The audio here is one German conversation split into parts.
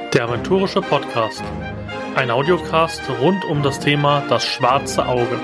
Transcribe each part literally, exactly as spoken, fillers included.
Der aventurische Podcast. Ein Audiocast rund um das Thema das schwarze Auge.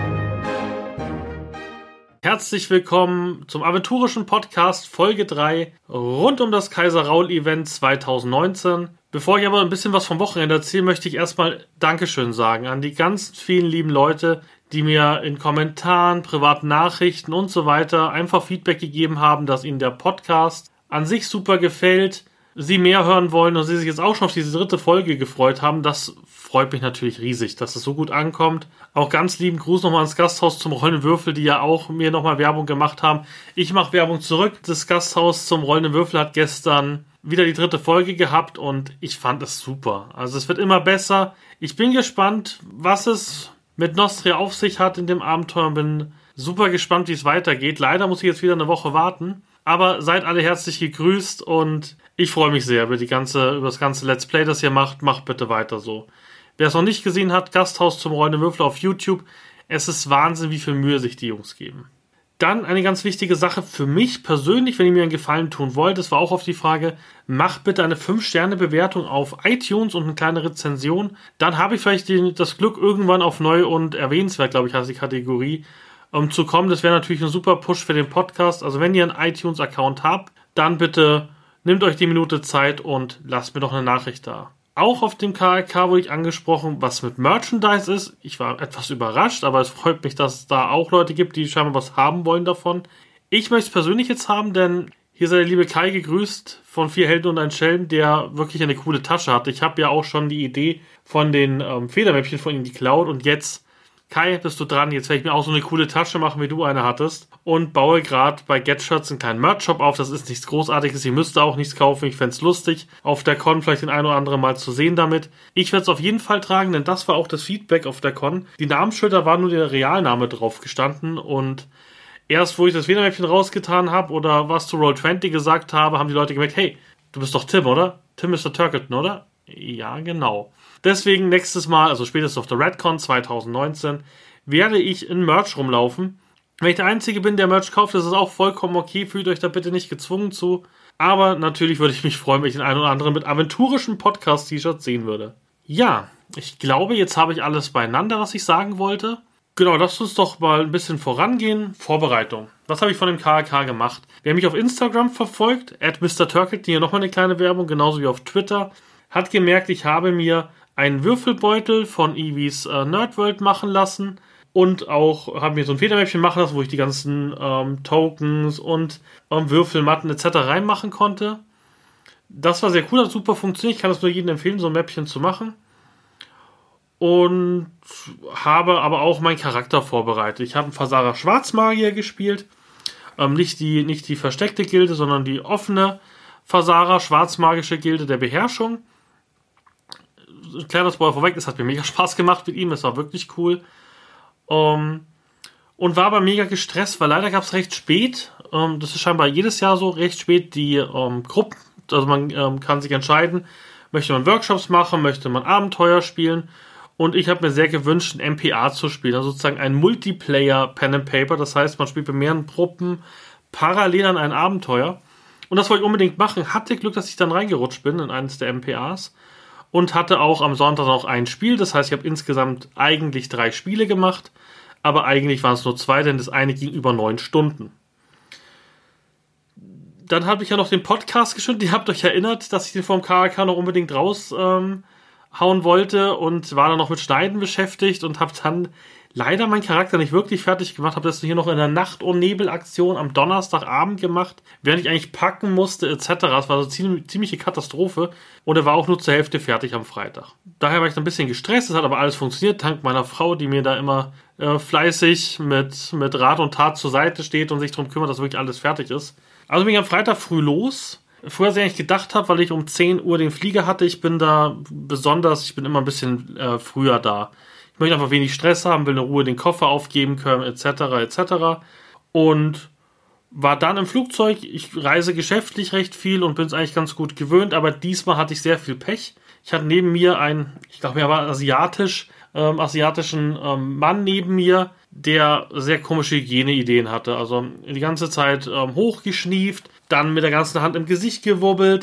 Herzlich willkommen zum aventurischen Podcast Folge drei rund um das Kaiser Raoul Event zwanzig neunzehn. Bevor ich aber ein bisschen was vom Wochenende erzähle, möchte ich erstmal Dankeschön sagen an die ganz vielen lieben Leute, die mir in Kommentaren, privaten Nachrichten und so weiter einfach Feedback gegeben haben, dass ihnen der Podcast an sich super gefällt, sie mehr hören wollen und sie sich jetzt auch schon auf diese dritte Folge gefreut haben. Das freut mich natürlich riesig, dass es so gut ankommt. Auch ganz lieben Gruß nochmal ans Gasthaus zum Rollenden Würfel, die ja auch mir nochmal Werbung gemacht haben. Ich mache Werbung zurück. Das Gasthaus zum Rollenden Würfel hat gestern wieder die dritte Folge gehabt und ich fand es super. Also es wird immer besser. Ich bin gespannt, was es mit Nostria auf sich hat in dem Abenteuer und bin super gespannt, wie es weitergeht. Leider muss ich jetzt wieder eine Woche warten. Aber seid alle herzlich gegrüßt und ich freue mich sehr über die ganze, über das ganze Let's Play, das ihr macht. Macht bitte weiter so. Wer es noch nicht gesehen hat, Gasthaus zum Rollenden Würfel auf YouTube. Es ist Wahnsinn, wie viel Mühe sich die Jungs geben. Dann eine ganz wichtige Sache für mich persönlich, wenn ihr mir einen Gefallen tun wollt, das war auch auf die Frage, macht bitte eine fünf Sterne Bewertung auf iTunes und eine kleine Rezension. Dann habe ich vielleicht die, das Glück, irgendwann auf neu und erwähnenswert, glaube ich, heißt die Kategorie, um zu kommen. Das wäre natürlich ein super Push für den Podcast. Also wenn ihr einen iTunes-Account habt, dann bitte nehmt euch die Minute Zeit und lasst mir doch eine Nachricht da. Auch auf dem K R K wurde ich angesprochen, was mit Merchandise ist. Ich war etwas überrascht, aber es freut mich, dass es da auch Leute gibt, die scheinbar was haben wollen davon. Ich möchte es persönlich jetzt haben, denn hier sei der liebe Kai gegrüßt von Vier Helden und ein Schelm, der wirklich eine coole Tasche hat. Ich habe ja auch schon die Idee von den ähm, Federmäppchen von ihm geklaut und jetzt, Kai, bist du dran. Jetzt werde ich mir auch so eine coole Tasche machen, wie du eine hattest. Und baue gerade bei GetShots einen kleinen Merch-Shop auf. Das ist nichts Großartiges. Ihr müsst auch nichts kaufen. Ich fände es lustig, auf der Con vielleicht den ein oder anderen Mal zu sehen damit. Ich werde es auf jeden Fall tragen, denn das war auch das Feedback auf der Con. Die Namensschilder war nur der Realname drauf gestanden. Und erst, wo ich das Federmäppchen rausgetan habe oder was zu Roll zwanzig gesagt habe, haben die Leute gemerkt, hey, du bist doch Tim, oder? Tim ist der Turkleton, oder? Ja, genau. Deswegen nächstes Mal, also spätestens auf der Redcon zwanzig neunzehn, werde ich in Merch rumlaufen. Wenn ich der Einzige bin, der Merch kauft, das ist auch vollkommen okay. Fühlt euch da bitte nicht gezwungen zu. Aber natürlich würde ich mich freuen, wenn ich den einen oder anderen mit aventurischen Podcast-T-Shirts sehen würde. Ja, ich glaube, jetzt habe ich alles beieinander, was ich sagen wollte. Genau, lasst uns doch mal ein bisschen vorangehen. Vorbereitung. Was habe ich von dem K R K gemacht? Wer mich auf Instagram verfolgt, at Mister Turkleton, hier nochmal eine kleine Werbung, genauso wie auf Twitter, hat gemerkt, ich habe mir einen Würfelbeutel von Eevees äh, Nerdworld machen lassen und auch habe mir so ein Federmäppchen machen lassen, wo ich die ganzen ähm, Tokens und ähm, Würfelmatten et cetera reinmachen konnte. Das war sehr cool, hat super funktioniert. Ich kann es nur jedem empfehlen, so ein Mäppchen zu machen. Und habe aber auch meinen Charakter vorbereitet. Ich habe einen Fasara Schwarzmagier gespielt. Ähm, nicht die, nicht die versteckte Gilde, sondern die offene Fasara Schwarzmagische Gilde der Beherrschung. Kleiner Spoiler vorweg, es hat mir mega Spaß gemacht mit ihm, es war wirklich cool. Um, und war aber mega gestresst, weil leider gab es recht spät, um, das ist scheinbar jedes Jahr so, recht spät die um, Gruppen, also man um, kann sich entscheiden, möchte man Workshops machen, möchte man Abenteuer spielen und ich habe mir sehr gewünscht, ein M P A zu spielen, also sozusagen ein Multiplayer Pen and Paper, das heißt, man spielt bei mehreren Gruppen parallel an ein Abenteuer und das wollte ich unbedingt machen, hatte Glück, dass ich dann reingerutscht bin in eines der M P As. Und hatte auch am Sonntag noch ein Spiel. Das heißt, ich habe insgesamt eigentlich drei Spiele gemacht. Aber eigentlich waren es nur zwei, denn das eine ging über neun Stunden. Dann habe ich ja noch den Podcast geschnitten. Ihr habt euch erinnert, dass ich den vom K R K noch unbedingt raushauen ähm, wollte. Und war dann noch mit Schneiden beschäftigt. Und habe dann leider meinen Charakter nicht wirklich fertig gemacht. Habe das hier noch in der Nacht- und Nebel-Aktion am Donnerstagabend gemacht. Während ich eigentlich packen musste et cetera. Es war so eine ziemlich, ziemliche Katastrophe. Und er war auch nur zur Hälfte fertig am Freitag. Daher war ich dann ein bisschen gestresst. Es hat aber alles funktioniert. Dank meiner Frau, die mir da immer äh, fleißig mit, mit Rat und Tat zur Seite steht und sich darum kümmert, dass wirklich alles fertig ist. Also bin ich am Freitag früh los. Früher, als ich eigentlich gedacht habe, weil ich um zehn Uhr den Flieger hatte. Ich bin da besonders, ich bin immer ein bisschen äh, früher da. Ich möchte einfach wenig Stress haben, will in Ruhe den Koffer aufgeben können, et cetera et cetera. Und war dann im Flugzeug. Ich reise geschäftlich recht viel und bin es eigentlich ganz gut gewöhnt, aber diesmal hatte ich sehr viel Pech. Ich hatte neben mir einen, ich glaube, er war asiatisch, ähm, asiatischen ähm, Mann neben mir, der sehr komische Hygieneideen hatte. Also die ganze Zeit ähm, hochgeschnieft, dann mit der ganzen Hand im Gesicht gewubbelt,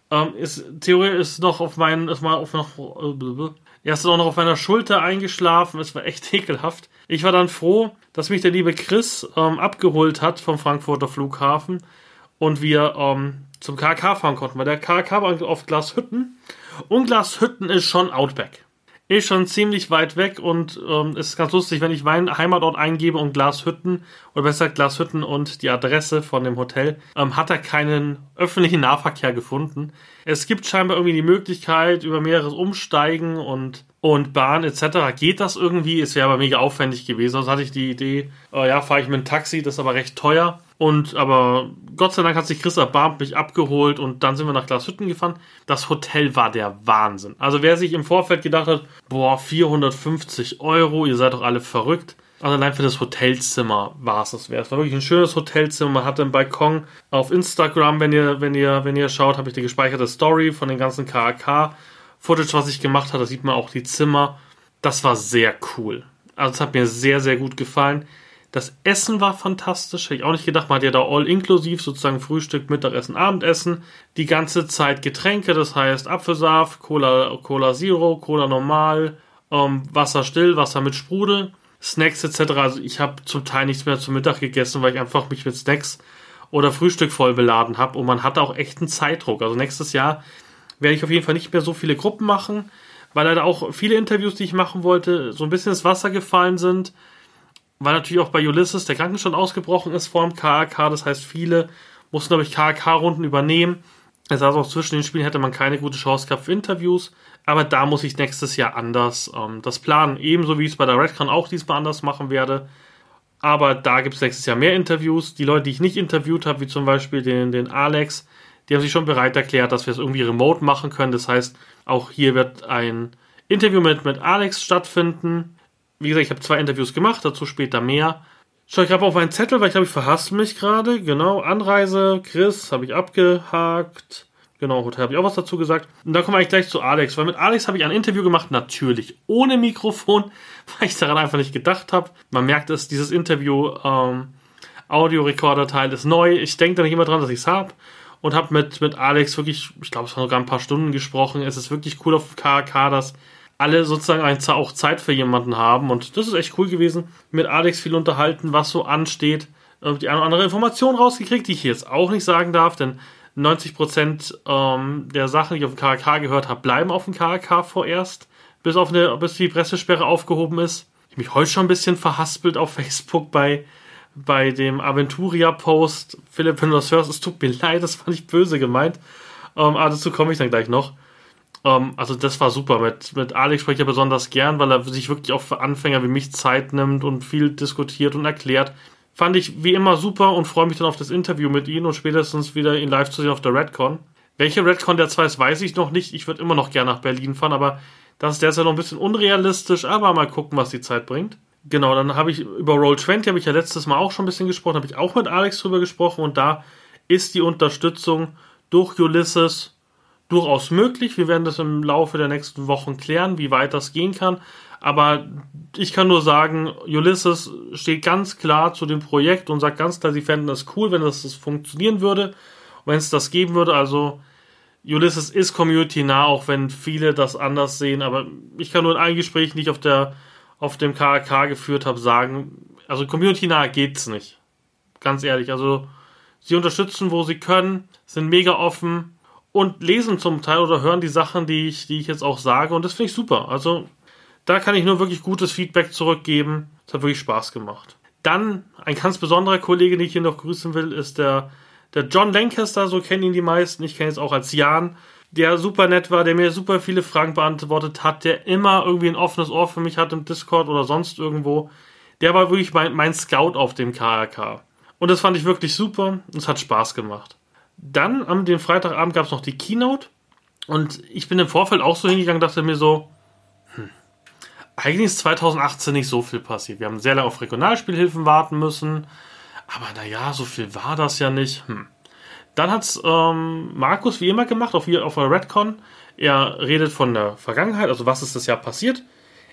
Ähm, ist, Theorie ist noch auf meinen, ist mal auf noch, äh, er ist auch noch auf meiner Schulter eingeschlafen. Es war echt ekelhaft. Ich war dann froh, dass mich der liebe Chris ähm, abgeholt hat vom Frankfurter Flughafen und wir ähm, zum K A K fahren konnten, weil der K A K war auf Glashütten und Glashütten ist schon Outback. Ist schon ziemlich weit weg und ähm, ist ganz lustig, wenn ich meinen Heimatort eingebe und Glashütten, oder besser gesagt Glashütten und die Adresse von dem Hotel, ähm, hat er keinen öffentlichen Nahverkehr gefunden. Es gibt scheinbar irgendwie die Möglichkeit, über mehreres Umsteigen und, und Bahn et cetera geht das irgendwie. Es wäre aber mega aufwendig gewesen. Also hatte ich die Idee, äh, ja, fahre ich mit einem Taxi, das ist aber recht teuer. Und aber Gott sei Dank hat sich Chris erbarmt, mich abgeholt und dann sind wir nach Glashütten gefahren. Das Hotel war der Wahnsinn. Also wer sich im Vorfeld gedacht hat, boah, vierhundertfünfzig Euro, ihr seid doch alle verrückt. Also allein für das Hotelzimmer war es das wert. Es war wirklich ein schönes Hotelzimmer. Man hatte einen Balkon. Auf Instagram, wenn ihr, wenn ihr, wenn ihr schaut, habe ich die gespeicherte Story von den ganzen K A K-Footage, was ich gemacht habe. Da sieht man auch die Zimmer. Das war sehr cool. Also es hat mir sehr, sehr gut gefallen. Das Essen war fantastisch. Hätte ich auch nicht gedacht. Man hat ja da all inklusiv, sozusagen Frühstück, Mittagessen, Abendessen. Die ganze Zeit Getränke, das heißt Apfelsaft, Cola, Cola Zero, Cola normal, ähm, Wasser still, Wasser mit Sprudel, Snacks et cetera. Also ich habe zum Teil nichts mehr zum Mittag gegessen, weil ich einfach mich mit Snacks oder Frühstück voll beladen habe. Und man hatte auch echt einen Zeitdruck. Also nächstes Jahr werde ich auf jeden Fall nicht mehr so viele Gruppen machen, weil leider auch viele Interviews, die ich machen wollte, so ein bisschen ins Wasser gefallen sind. Weil natürlich auch bei Ulysses der Krankenstand ausgebrochen ist vor dem K A K. Das heißt, viele mussten, glaube ich, K A K-Runden übernehmen. Das heißt, auch zwischen den Spielen hätte man keine gute Chance gehabt für Interviews. Aber da muss ich nächstes Jahr anders ähm, das planen. Ebenso wie ich es bei der Redcon auch diesmal anders machen werde. Aber da gibt es nächstes Jahr mehr Interviews. Die Leute, die ich nicht interviewt habe, wie zum Beispiel den, den Alex, die haben sich schon bereit erklärt, dass wir es irgendwie remote machen können. Das heißt, auch hier wird ein Interview mit, mit Alex stattfinden. Wie gesagt, ich habe zwei Interviews gemacht, dazu später mehr. Schau, ich habe auf meinen Zettel, weil ich glaube, ich verhasse mich gerade. Genau, Anreise, Chris habe ich abgehakt. Genau, Hotel habe ich auch was dazu gesagt. Und dann kommen wir eigentlich gleich zu Alex, weil mit Alex habe ich ein Interview gemacht, natürlich ohne Mikrofon, weil ich daran einfach nicht gedacht habe. Man merkt es, dieses Interview, ähm, Audiorekorder-Teil ist neu. Ich denke da nicht immer dran, dass ich es habe. Und habe mit, mit Alex wirklich, ich glaube, es waren sogar ein paar Stunden gesprochen. Es ist wirklich cool auf dem K A K, dass alle sozusagen auch Zeit für jemanden haben. Und das ist echt cool gewesen. Mit Alex viel unterhalten, was so ansteht. Die eine oder andere Information rausgekriegt, die ich jetzt auch nicht sagen darf, denn neunzig Prozent ähm, der Sachen, die ich auf dem K A K gehört habe, bleiben auf dem K A K vorerst, bis, auf eine, bis die Pressesperre aufgehoben ist. Ich habe mich heute schon ein bisschen verhaspelt auf Facebook bei, bei dem Aventuria-Post. Philipp, wenn du das hörst, es tut mir leid, das war nicht böse gemeint. Ähm, aber dazu komme ich dann gleich noch. Um, also das war super. Mit, mit Alex spreche ich ja besonders gern, weil er sich wirklich auch für Anfänger wie mich Zeit nimmt und viel diskutiert und erklärt. Fand ich wie immer super und freue mich dann auf das Interview mit ihm und spätestens wieder ihn live zu sehen auf der Redcon. Welche Redcon der zwei ist, weiß ich noch nicht. Ich würde immer noch gerne nach Berlin fahren, aber das ist derzeit noch ein bisschen unrealistisch, aber mal gucken, was die Zeit bringt. Genau, dann habe ich über Roll zwanzig, habe ich ja letztes Mal auch schon ein bisschen gesprochen, habe ich auch mit Alex drüber gesprochen und da ist die Unterstützung durch Ulysses durchaus möglich. Wir werden das im Laufe der nächsten Wochen klären, wie weit das gehen kann. Aber ich kann nur sagen, Ulysses steht ganz klar zu dem Projekt und sagt ganz klar, sie fänden es cool, wenn das, das funktionieren würde, wenn es das geben würde. Also Ulysses ist community-nah, auch wenn viele das anders sehen. Aber ich kann nur in allen Gesprächen, die ich auf, der, auf dem K A K geführt habe, sagen, also community-nah geht's nicht. Ganz ehrlich. Also sie unterstützen, wo sie können, sind mega offen und lesen zum Teil oder hören die Sachen, die ich, die ich jetzt auch sage. Und das finde ich super. Also da kann ich nur wirklich gutes Feedback zurückgeben. Es hat wirklich Spaß gemacht. Dann ein ganz besonderer Kollege, den ich hier noch grüßen will, ist der, der John Lancaster. So kennen ihn die meisten. Ich kenne ihn jetzt auch als Jan. Der super nett war, der mir super viele Fragen beantwortet hat, der immer irgendwie ein offenes Ohr für mich hat im Discord oder sonst irgendwo. Der war wirklich mein, mein Scout auf dem K A K. Und das fand ich wirklich super. Es hat Spaß gemacht. Dann am den Freitagabend gab es noch die Keynote und ich bin im Vorfeld auch so hingegangen, dachte mir so, hm, eigentlich ist zwanzig achtzehn nicht so viel passiert. Wir haben sehr lange auf Regionalspielhilfen warten müssen, aber naja, so viel war das ja nicht. Hm. Dann hat es ähm, Markus wie immer gemacht auf, hier, auf der Redcon. Er redet von der Vergangenheit, also was ist das Jahr passiert.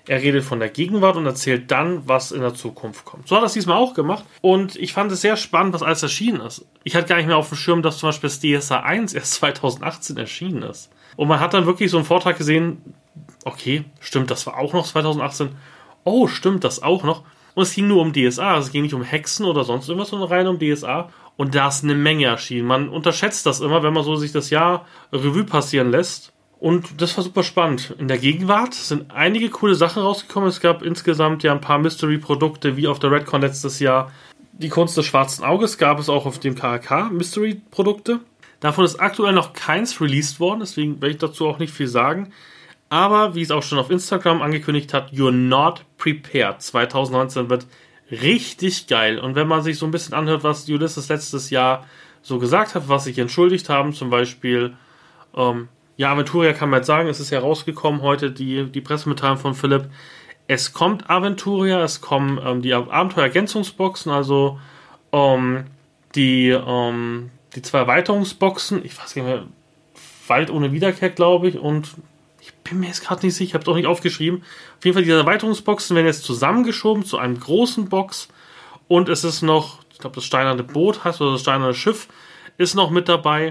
Er redet von der Gegenwart und erzählt dann, was in der Zukunft kommt. So hat er es diesmal auch gemacht. Und ich fand es sehr spannend, was alles erschienen ist. Ich hatte gar nicht mehr auf dem Schirm, dass zum Beispiel das D S A eins erst zweitausendachtzehn erschienen ist. Und man hat dann wirklich so einen Vortrag gesehen, okay, stimmt, das war auch noch zweitausendachtzehn. Oh, stimmt, das auch noch. Und es ging nur um D S A. Es ging nicht um Hexen oder sonst irgendwas, sondern rein um D S A. Und da ist eine Menge erschienen. Man unterschätzt das immer, wenn man so sich das Jahr Revue passieren lässt. Und das war super spannend. In der Gegenwart sind einige coole Sachen rausgekommen. Es gab insgesamt ja ein paar Mystery-Produkte, wie auf der Redcon letztes Jahr. Die Kunst des schwarzen Auges gab es auch auf dem K H K Mystery-Produkte. Davon ist aktuell noch keins released worden, deswegen werde ich dazu auch nicht viel sagen. Aber, wie es auch schon auf Instagram angekündigt hat, You're Not Prepared zwanzig neunzehn wird richtig geil. Und wenn man sich so ein bisschen anhört, was Ulysses letztes Jahr so gesagt hat, was sich entschuldigt haben, zum Beispiel... Ähm, Ja, Aventuria kann man jetzt sagen, es ist ja rausgekommen heute, die, die Pressemitteilung von Philipp. Es kommt Aventuria, es kommen ähm, die Abenteuer-Ergänzungsboxen, also ähm, die, ähm, die zwei Erweiterungsboxen, ich weiß nicht mehr, Wald ohne Wiederkehr, glaube ich, und ich bin mir jetzt gerade nicht sicher, ich habe es auch nicht aufgeschrieben. Auf jeden Fall, diese Erweiterungsboxen werden jetzt zusammengeschoben zu einem großen Box und es ist noch, ich glaube, das steinerne Boot heißt, oder das steinerne Schiff ist noch mit dabei.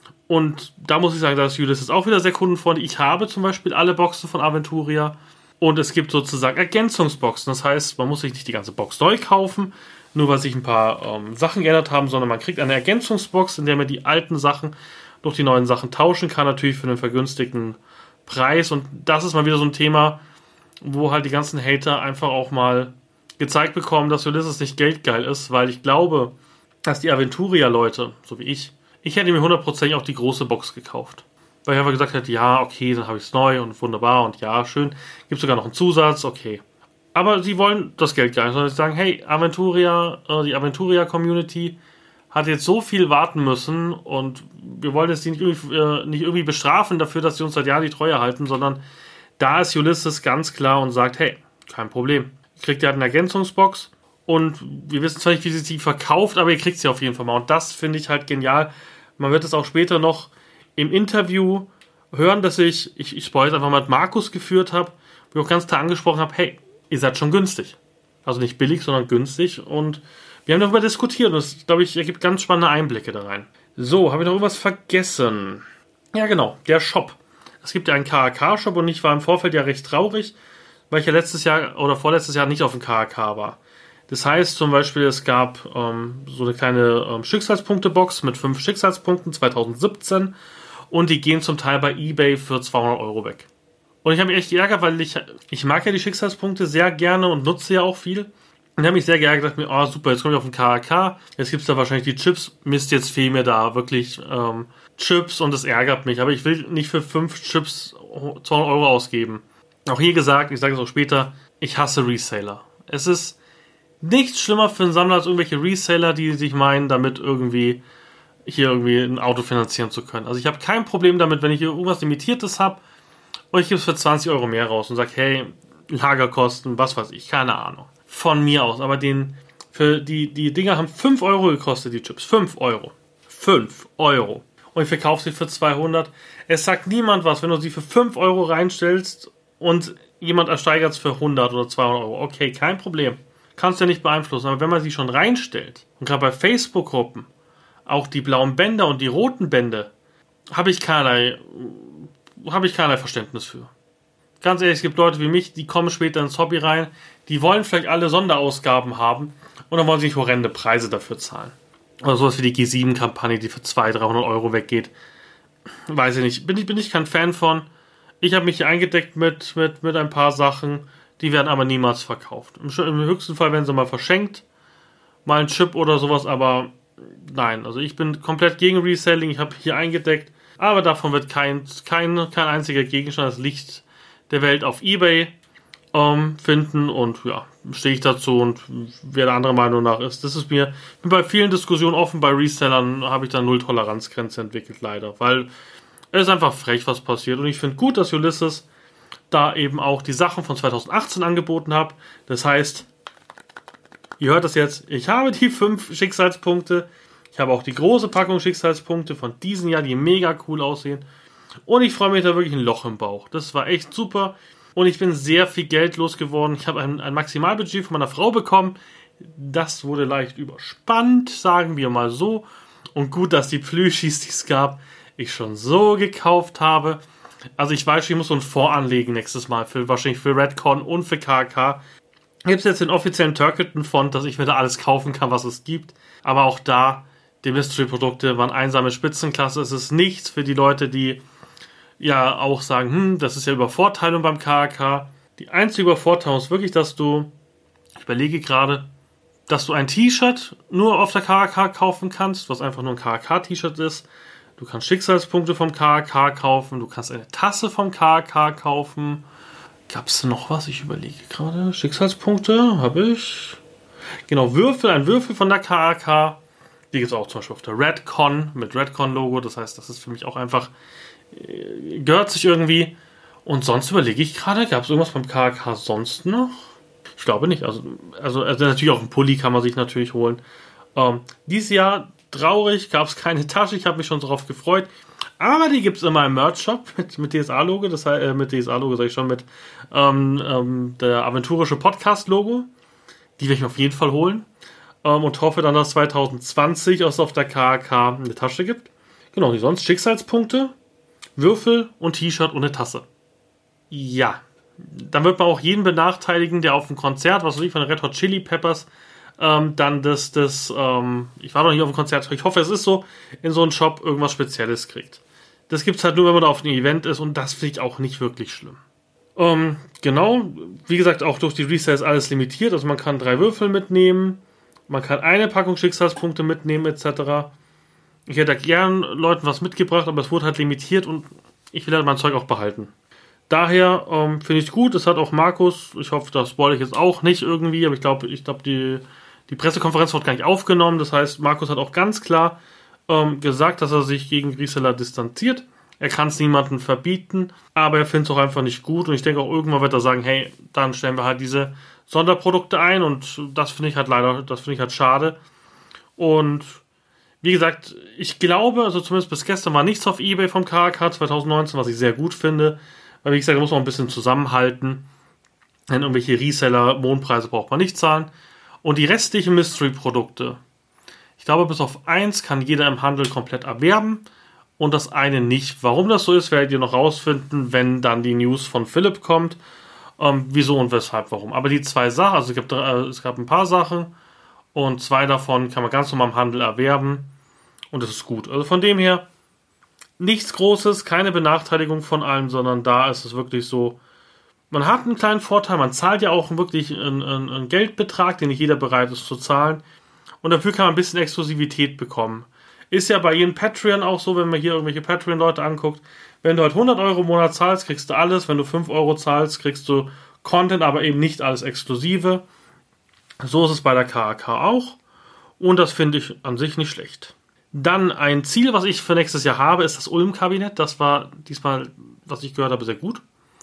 Und da muss ich sagen, da ist Ulysses auch wieder sehr kundenfreundlich. Ich habe zum Beispiel alle Boxen von Aventuria und es gibt sozusagen Ergänzungsboxen. Das heißt, man muss sich nicht die ganze Box neu kaufen, nur weil sich ein paar ähm, Sachen geändert haben, sondern man kriegt eine Ergänzungsbox, in der man die alten Sachen durch die neuen Sachen tauschen kann, natürlich für einen vergünstigten Preis. Und das ist mal wieder so ein Thema, wo halt die ganzen Hater einfach auch mal gezeigt bekommen, dass Ulysses nicht geldgeil ist, weil ich glaube, dass die Aventuria-Leute, so wie ich, ich hätte mir hundertprozentig auch die große Box gekauft. Weil ich einfach gesagt hätte, ja, okay, dann habe ich es neu und wunderbar und ja, schön. Gibt sogar noch einen Zusatz, okay. Aber sie wollen das Geld gar nicht, sondern sie sagen, hey, Aventuria, äh, die Aventuria-Community hat jetzt so viel warten müssen und wir wollen jetzt die nicht irgendwie, äh, nicht irgendwie bestrafen dafür, dass sie uns seit Jahren die Treue halten, sondern da ist Ulysses ganz klar und sagt, hey, kein Problem. Ihr kriegt ja eine Ergänzungsbox und wir wissen zwar nicht, wie sie sie verkauft, aber ihr kriegt sie auf jeden Fall mal. Und das finde ich halt genial. Man wird es auch später noch im Interview hören, dass ich, ich, ich spoilere einfach mal, mit Markus geführt habe, wo ich auch ganz klar angesprochen habe, hey, ihr seid schon günstig. Also nicht billig, sondern günstig. Und wir haben darüber diskutiert und das, glaube ich, ergibt ganz spannende Einblicke da rein. So, habe ich noch irgendwas vergessen? Ja, genau, der Shop. Es gibt ja einen K H K-Shop und ich war im Vorfeld ja recht traurig, weil ich ja letztes Jahr oder vorletztes Jahr nicht auf dem K H K war. Das heißt zum Beispiel, es gab ähm, so eine kleine ähm, Schicksalspunkte-Box mit fünf Schicksalspunkten zwanzig siebzehn und die gehen zum Teil bei eBay für zweihundert Euro weg. Und ich habe mich echt geärgert, weil ich, ich mag ja die Schicksalspunkte sehr gerne und nutze ja auch viel. Und ich habe mich sehr geärgert, gedacht mir, oh super, jetzt komme ich auf den K H K, jetzt gibt es da wahrscheinlich die Chips, Mist, jetzt fehlen mir da wirklich ähm, Chips und das ärgert mich. Aber ich will nicht für fünf Chips zweihundert Euro ausgeben. Auch hier gesagt, ich sage es auch später, ich hasse Reseller. Es ist nichts schlimmer für einen Sammler als irgendwelche Reseller, die sich meinen, damit irgendwie hier irgendwie ein Auto finanzieren zu können. Also ich habe kein Problem damit, wenn ich hier irgendwas Limitiertes habe und ich gebe es für zwanzig Euro mehr raus und sage, hey, Lagerkosten, was weiß ich, keine Ahnung. Von mir aus, aber den für die, die Dinger haben fünf Euro gekostet, die Chips. fünf Euro. fünf Euro. Und ich verkaufe sie für zweihundert. Es sagt niemand was, wenn du sie für fünf Euro reinstellst und jemand ersteigert es für hundert oder zweihundert Euro. Okay, kein Problem. Kannst du ja nicht beeinflussen, aber wenn man sie schon reinstellt, und gerade bei Facebook-Gruppen, auch die blauen Bänder und die roten Bände, habe ich keinerlei, habe ich keinerlei Verständnis für. Ganz ehrlich, es gibt Leute wie mich, die kommen später ins Hobby rein, die wollen vielleicht alle Sonderausgaben haben und dann wollen sie nicht horrende Preise dafür zahlen. Oder sowas wie die G sieben Kampagne, die für zweihundert, dreihundert Euro weggeht. Weiß ich nicht, bin ich, bin ich kein Fan von. Ich habe mich hier eingedeckt mit, mit, mit ein paar Sachen, die werden aber niemals verkauft. Im, Im höchsten Fall werden sie mal verschenkt. Mal ein Chip oder sowas, aber nein. Also ich bin komplett gegen Reselling. Ich habe hier eingedeckt. Aber davon wird kein, kein, kein einziger Gegenstand, das Licht der Welt auf eBay ähm, finden. Und ja, stehe ich dazu. Und wer der andere Meinung nach ist, das ist mir, ich bin bei vielen Diskussionen offen. Bei Resellern habe ich da null Toleranzgrenze entwickelt, leider. Weil es ist einfach frech, was passiert. Und ich finde gut, dass Ulysses da eben auch die Sachen von zwanzig achtzehn angeboten habe. Das heißt, ihr hört das jetzt, ich habe die fünf Schicksalspunkte, ich habe auch die große Packung Schicksalspunkte von diesem Jahr, die mega cool aussehen und ich freue mich da wirklich ein Loch im Bauch. Das war echt super. Und ich bin sehr viel Geld losgeworden. Ich habe ein, ein Maximalbudget von meiner Frau bekommen. Das wurde leicht überspannt, sagen wir mal so. Und gut, dass die Plüschis, die es gab, ich schon so gekauft habe. Also ich weiß schon, ich muss so einen Fonds anlegen nächstes Mal. Für, wahrscheinlich für Redcon und für K K. Gibt es jetzt den offiziellen Turkleton-Font, dass ich mir da alles kaufen kann, was es gibt. Aber auch da, die Mystery-Produkte waren einsame Spitzenklasse. Es ist nichts für die Leute, die ja auch sagen, hm, das ist ja Übervorteilung beim K K. Die einzige Übervorteilung ist wirklich, dass du, ich überlege gerade, dass du ein T-Shirt nur auf der K K kaufen kannst, was einfach nur ein K K-T-Shirt ist. Du kannst Schicksalspunkte vom K K kaufen, du kannst eine Tasse vom K K kaufen. Gab es noch was? Ich überlege gerade. Schicksalspunkte habe ich. Genau, Würfel, ein Würfel von der K K. Die gibt es auch zum Beispiel auf der Redcon mit Redcon-Logo. Das heißt, das ist für mich auch einfach, äh, gehört sich irgendwie. Und sonst überlege ich gerade, gab es irgendwas beim K K sonst noch? Ich glaube nicht. Also, also, also natürlich auch ein Pulli kann man sich natürlich holen. Ähm, dieses Jahr, traurig, gab es keine Tasche. Ich habe mich schon darauf gefreut. Aber die gibt es immer im Merch-Shop mit, mit D S A-Logo. Das heißt, äh, mit D S A-Logo sage ich schon, mit ähm, ähm, der aventurische Podcast-Logo. Die werde ich mir auf jeden Fall holen. Ähm, und hoffe dann, dass zwanzig zwanzig es auf der K K eine Tasche gibt. Genau, die sonst Schicksalspunkte, Würfel und T-Shirt und eine Tasse. Ja, dann wird man auch jeden benachteiligen, der auf dem Konzert, was weiß ich, von Red Hot Chili Peppers, ähm, dann das, das ähm, ich war noch nicht auf dem Konzert, ich hoffe, es ist so, in so einem Shop irgendwas Spezielles kriegt. Das gibt es halt nur, wenn man da auf einem Event ist und das finde ich auch nicht wirklich schlimm. Ähm, genau, wie gesagt, auch durch die Resale ist alles limitiert, also man kann drei Würfel mitnehmen, man kann eine Packung Schicksalspunkte mitnehmen, et cetera. Ich hätte gern Leuten was mitgebracht, aber es wurde halt limitiert und ich will halt mein Zeug auch behalten. Daher ähm, finde ich es gut, das hat auch Markus, ich hoffe, das spoilere ich jetzt auch nicht irgendwie, aber ich glaube, ich glaube, die, die Pressekonferenz wird gar nicht aufgenommen, das heißt, Markus hat auch ganz klar ähm, gesagt, dass er sich gegen Reseller distanziert. Er kann es niemandem verbieten, aber er findet es auch einfach nicht gut und ich denke auch irgendwann wird er sagen, hey, dann stellen wir halt diese Sonderprodukte ein und das finde ich halt leider, das finde ich halt schade. Und wie gesagt, ich glaube, also zumindest bis gestern war nichts auf eBay vom K K zwanzig neunzehn, was ich sehr gut finde, weil wie gesagt, da muss man ein bisschen zusammenhalten, denn irgendwelche Reseller-Mondpreise braucht man nicht zahlen. Und die restlichen Mystery-Produkte, ich glaube, bis auf eins kann jeder im Handel komplett erwerben und das eine nicht. Warum das so ist, werdet ihr noch rausfinden, wenn dann die News von Philipp kommt. Ähm, wieso und weshalb, warum. Aber die zwei Sachen, also es gab, äh, es gab ein paar Sachen und zwei davon kann man ganz normal im Handel erwerben und das ist gut. Also von dem her nichts Großes, keine Benachteiligung von allem, sondern da ist es wirklich so, man hat einen kleinen Vorteil, man zahlt ja auch wirklich einen, einen, einen Geldbetrag, den nicht jeder bereit ist zu zahlen und dafür kann man ein bisschen Exklusivität bekommen. Ist ja bei jedem Patreon auch so, wenn man hier irgendwelche Patreon-Leute anguckt, wenn du halt hundert Euro im Monat zahlst, kriegst du alles, wenn du fünf Euro zahlst, kriegst du Content, aber eben nicht alles Exklusive. So ist es bei der K K auch und das finde ich an sich nicht schlecht. Dann ein Ziel, was ich für nächstes Jahr habe, ist das Ulm-Kabinett. Das war diesmal, was ich gehört habe, sehr gut.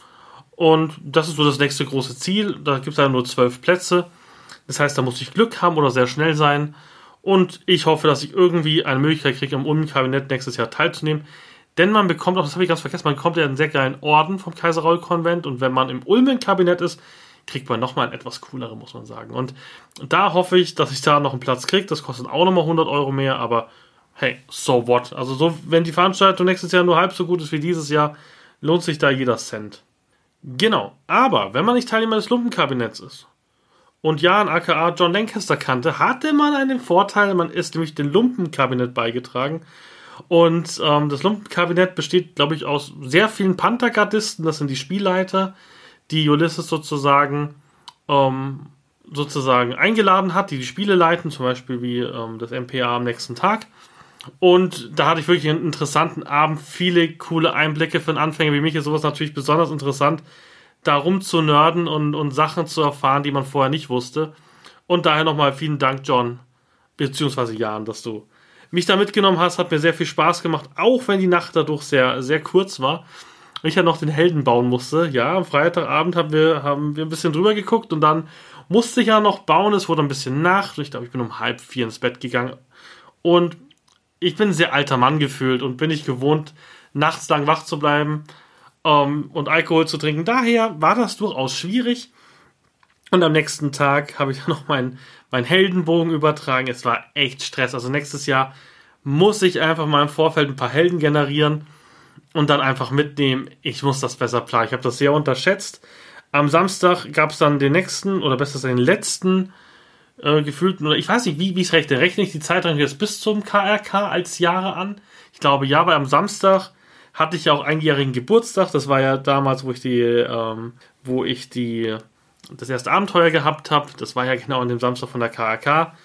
Und das ist so das nächste große Ziel. Da gibt es ja nur zwölf Plätze. Das heißt, da muss ich Glück haben oder sehr schnell sein. Und ich hoffe, dass ich irgendwie eine Möglichkeit kriege, am Ulm-Kabinett nächstes Jahr teilzunehmen. Denn man bekommt, auch das habe ich ganz vergessen, man bekommt ja einen sehr geilen Orden vom Kaiser-Raul-Konvent. Und wenn man im Ulm-Kabinett ist, kriegt man nochmal einen etwas cooleren, muss man sagen. Und da hoffe ich, dass ich da noch einen Platz kriege. Das kostet auch nochmal hundert Euro mehr, aber hey, so what? Also so, wenn die Veranstaltung nächstes Jahr nur halb so gut ist wie dieses Jahr, lohnt sich da jeder Cent. Genau, aber wenn man nicht Teilnehmer des Lumpenkabinetts ist und ja ein aka John Lancaster kannte, hatte man einen Vorteil, man ist nämlich dem Lumpenkabinett beigetragen. Und ähm, das Lumpenkabinett besteht, glaube ich, aus sehr vielen Panthergardisten, das sind die Spielleiter, die Ulysses sozusagen ähm, sozusagen eingeladen hat, die die Spiele leiten, zum Beispiel wie ähm, das M P A am nächsten Tag. Und da hatte ich wirklich einen interessanten Abend, viele coole Einblicke für einen Anfänger wie mich ist sowas natürlich besonders interessant, da rum zu nerden und, und Sachen zu erfahren, die man vorher nicht wusste. Und daher nochmal vielen Dank, John, beziehungsweise Jan, dass du mich da mitgenommen hast, hat mir sehr viel Spaß gemacht, auch wenn die Nacht dadurch sehr, sehr kurz war. Ich ja noch den Helden bauen musste. Ja, am Freitagabend haben wir, haben wir ein bisschen drüber geguckt und dann musste ich ja noch bauen. Es wurde ein bisschen Nacht. Ich glaube, ich bin um halb vier ins Bett gegangen. Und ich bin ein sehr alter Mann gefühlt und bin nicht gewohnt, nachts lang wach zu bleiben. ähm, und Alkohol zu trinken. Daher war das durchaus schwierig. Und am nächsten Tag habe ich dann noch meinen mein Heldenbogen übertragen. Es war echt Stress. Also nächstes Jahr muss ich einfach mal im Vorfeld ein paar Helden generieren und dann einfach mitnehmen. Ich muss das besser planen. Ich habe das sehr unterschätzt. Am Samstag gab es dann den nächsten, oder besser den letzten äh, gefühlten, oder ich weiß nicht, wie ich es rechne. Rechne ich die Zeit jetzt bis zum K R K als Jahre an? Ich glaube ja, weil am Samstag hatte ich ja auch einjährigen Geburtstag. Das war ja damals, wo ich die, ähm, wo ich die, das erste Abenteuer gehabt habe. Das war ja genau an dem Samstag von der K R K.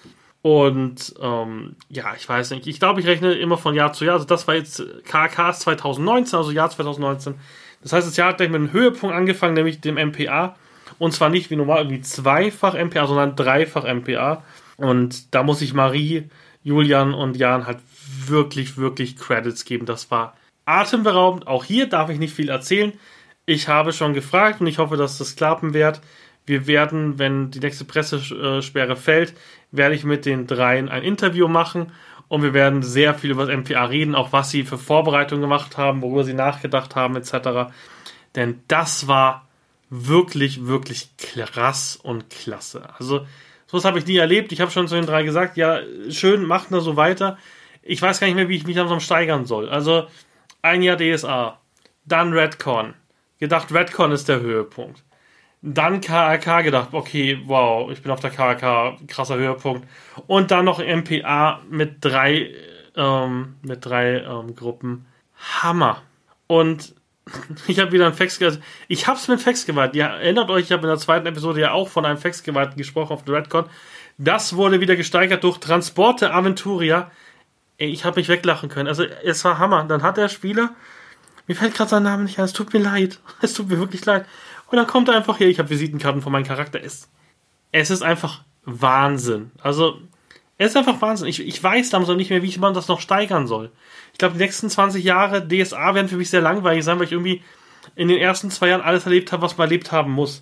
Und ähm, ja, ich weiß nicht. Ich glaube, ich rechne immer von Jahr zu Jahr. Also das war jetzt K R K zwanzig neunzehn, also Jahr zwanzig neunzehn. Das heißt, das Jahr hat gleich mit einem Höhepunkt angefangen, nämlich dem M P A. Und zwar nicht wie normal irgendwie zweifach M P A, sondern dreifach M P A. Und da muss ich Marie, Julian und Jan halt wirklich, wirklich Credits geben. Das war atemberaubend. Auch hier darf ich nicht viel erzählen. Ich habe schon gefragt und ich hoffe, dass das klappen wird. Wir werden, wenn die nächste Pressesperre fällt, werde ich mit den dreien ein Interview machen. Und wir werden sehr viel über das M P A reden, auch was sie für Vorbereitungen gemacht haben, worüber sie nachgedacht haben, et cetera. Denn das war wirklich, wirklich krass und klasse. Also, sowas habe ich nie erlebt. Ich habe schon zu den drei gesagt, ja, schön, macht nur so weiter. Ich weiß gar nicht mehr, wie ich mich langsam steigern soll. Also, ein Jahr D S A, dann Redcon. Gedacht, Redcon ist der Höhepunkt. Dann K R K gedacht, okay, wow, ich bin auf der K R K, krasser Höhepunkt. Und dann noch M P A mit drei, ähm, mit drei ähm, Gruppen. Hammer. Und ich habe wieder ein Faxgewalt. Ich hab's mit Faxgewalt. Ihr erinnert euch, ich habe in der zweiten Episode ja auch von einem Faxgewalt gesprochen auf der Redcon. Das wurde wieder gesteigert durch Transporte Aventuria. Ey, ich habe mich weglachen können. Also, es war Hammer. Dann hat der Spieler, mir fällt gerade sein Name nicht ein, es tut mir leid. Es tut mir wirklich leid. Und dann kommt er einfach hier, ich habe Visitenkarten von meinem Charakter. Es, es ist einfach Wahnsinn. Also, es ist einfach Wahnsinn. Ich, ich weiß langsam nicht mehr, wie man das noch steigern soll. Ich glaube, die nächsten zwanzig Jahre D S A werden für mich sehr langweilig sein, weil ich irgendwie in den ersten zwei Jahren alles erlebt habe, was man erlebt haben muss.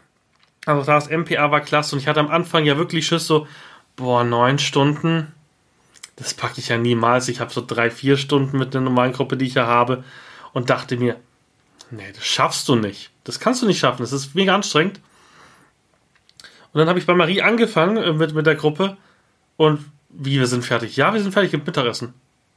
Also das M P A war klasse und ich hatte am Anfang ja wirklich Schiss so, boah, neun Stunden, das packe ich ja niemals. Ich habe so drei, vier Stunden mit der normalen Gruppe, die ich ja habe und dachte mir, nee, das schaffst du nicht. Das kannst du nicht schaffen. Das ist mega anstrengend. Und dann habe ich bei Marie angefangen mit, mit der Gruppe. Und wie, wir sind fertig? Ja, wir sind fertig mit Mittagessen.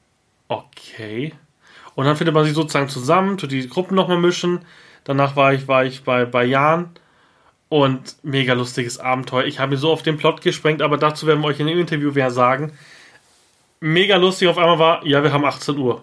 Okay. Und dann findet man sich sozusagen zusammen, tut die Gruppen nochmal mischen. Danach war ich, war ich bei, bei Jan. Und mega lustiges Abenteuer. Ich habe mir so auf den Plot gesprengt, aber dazu werden wir euch in dem Interview wer sagen. Mega lustig auf einmal war, ja, wir haben achtzehn Uhr.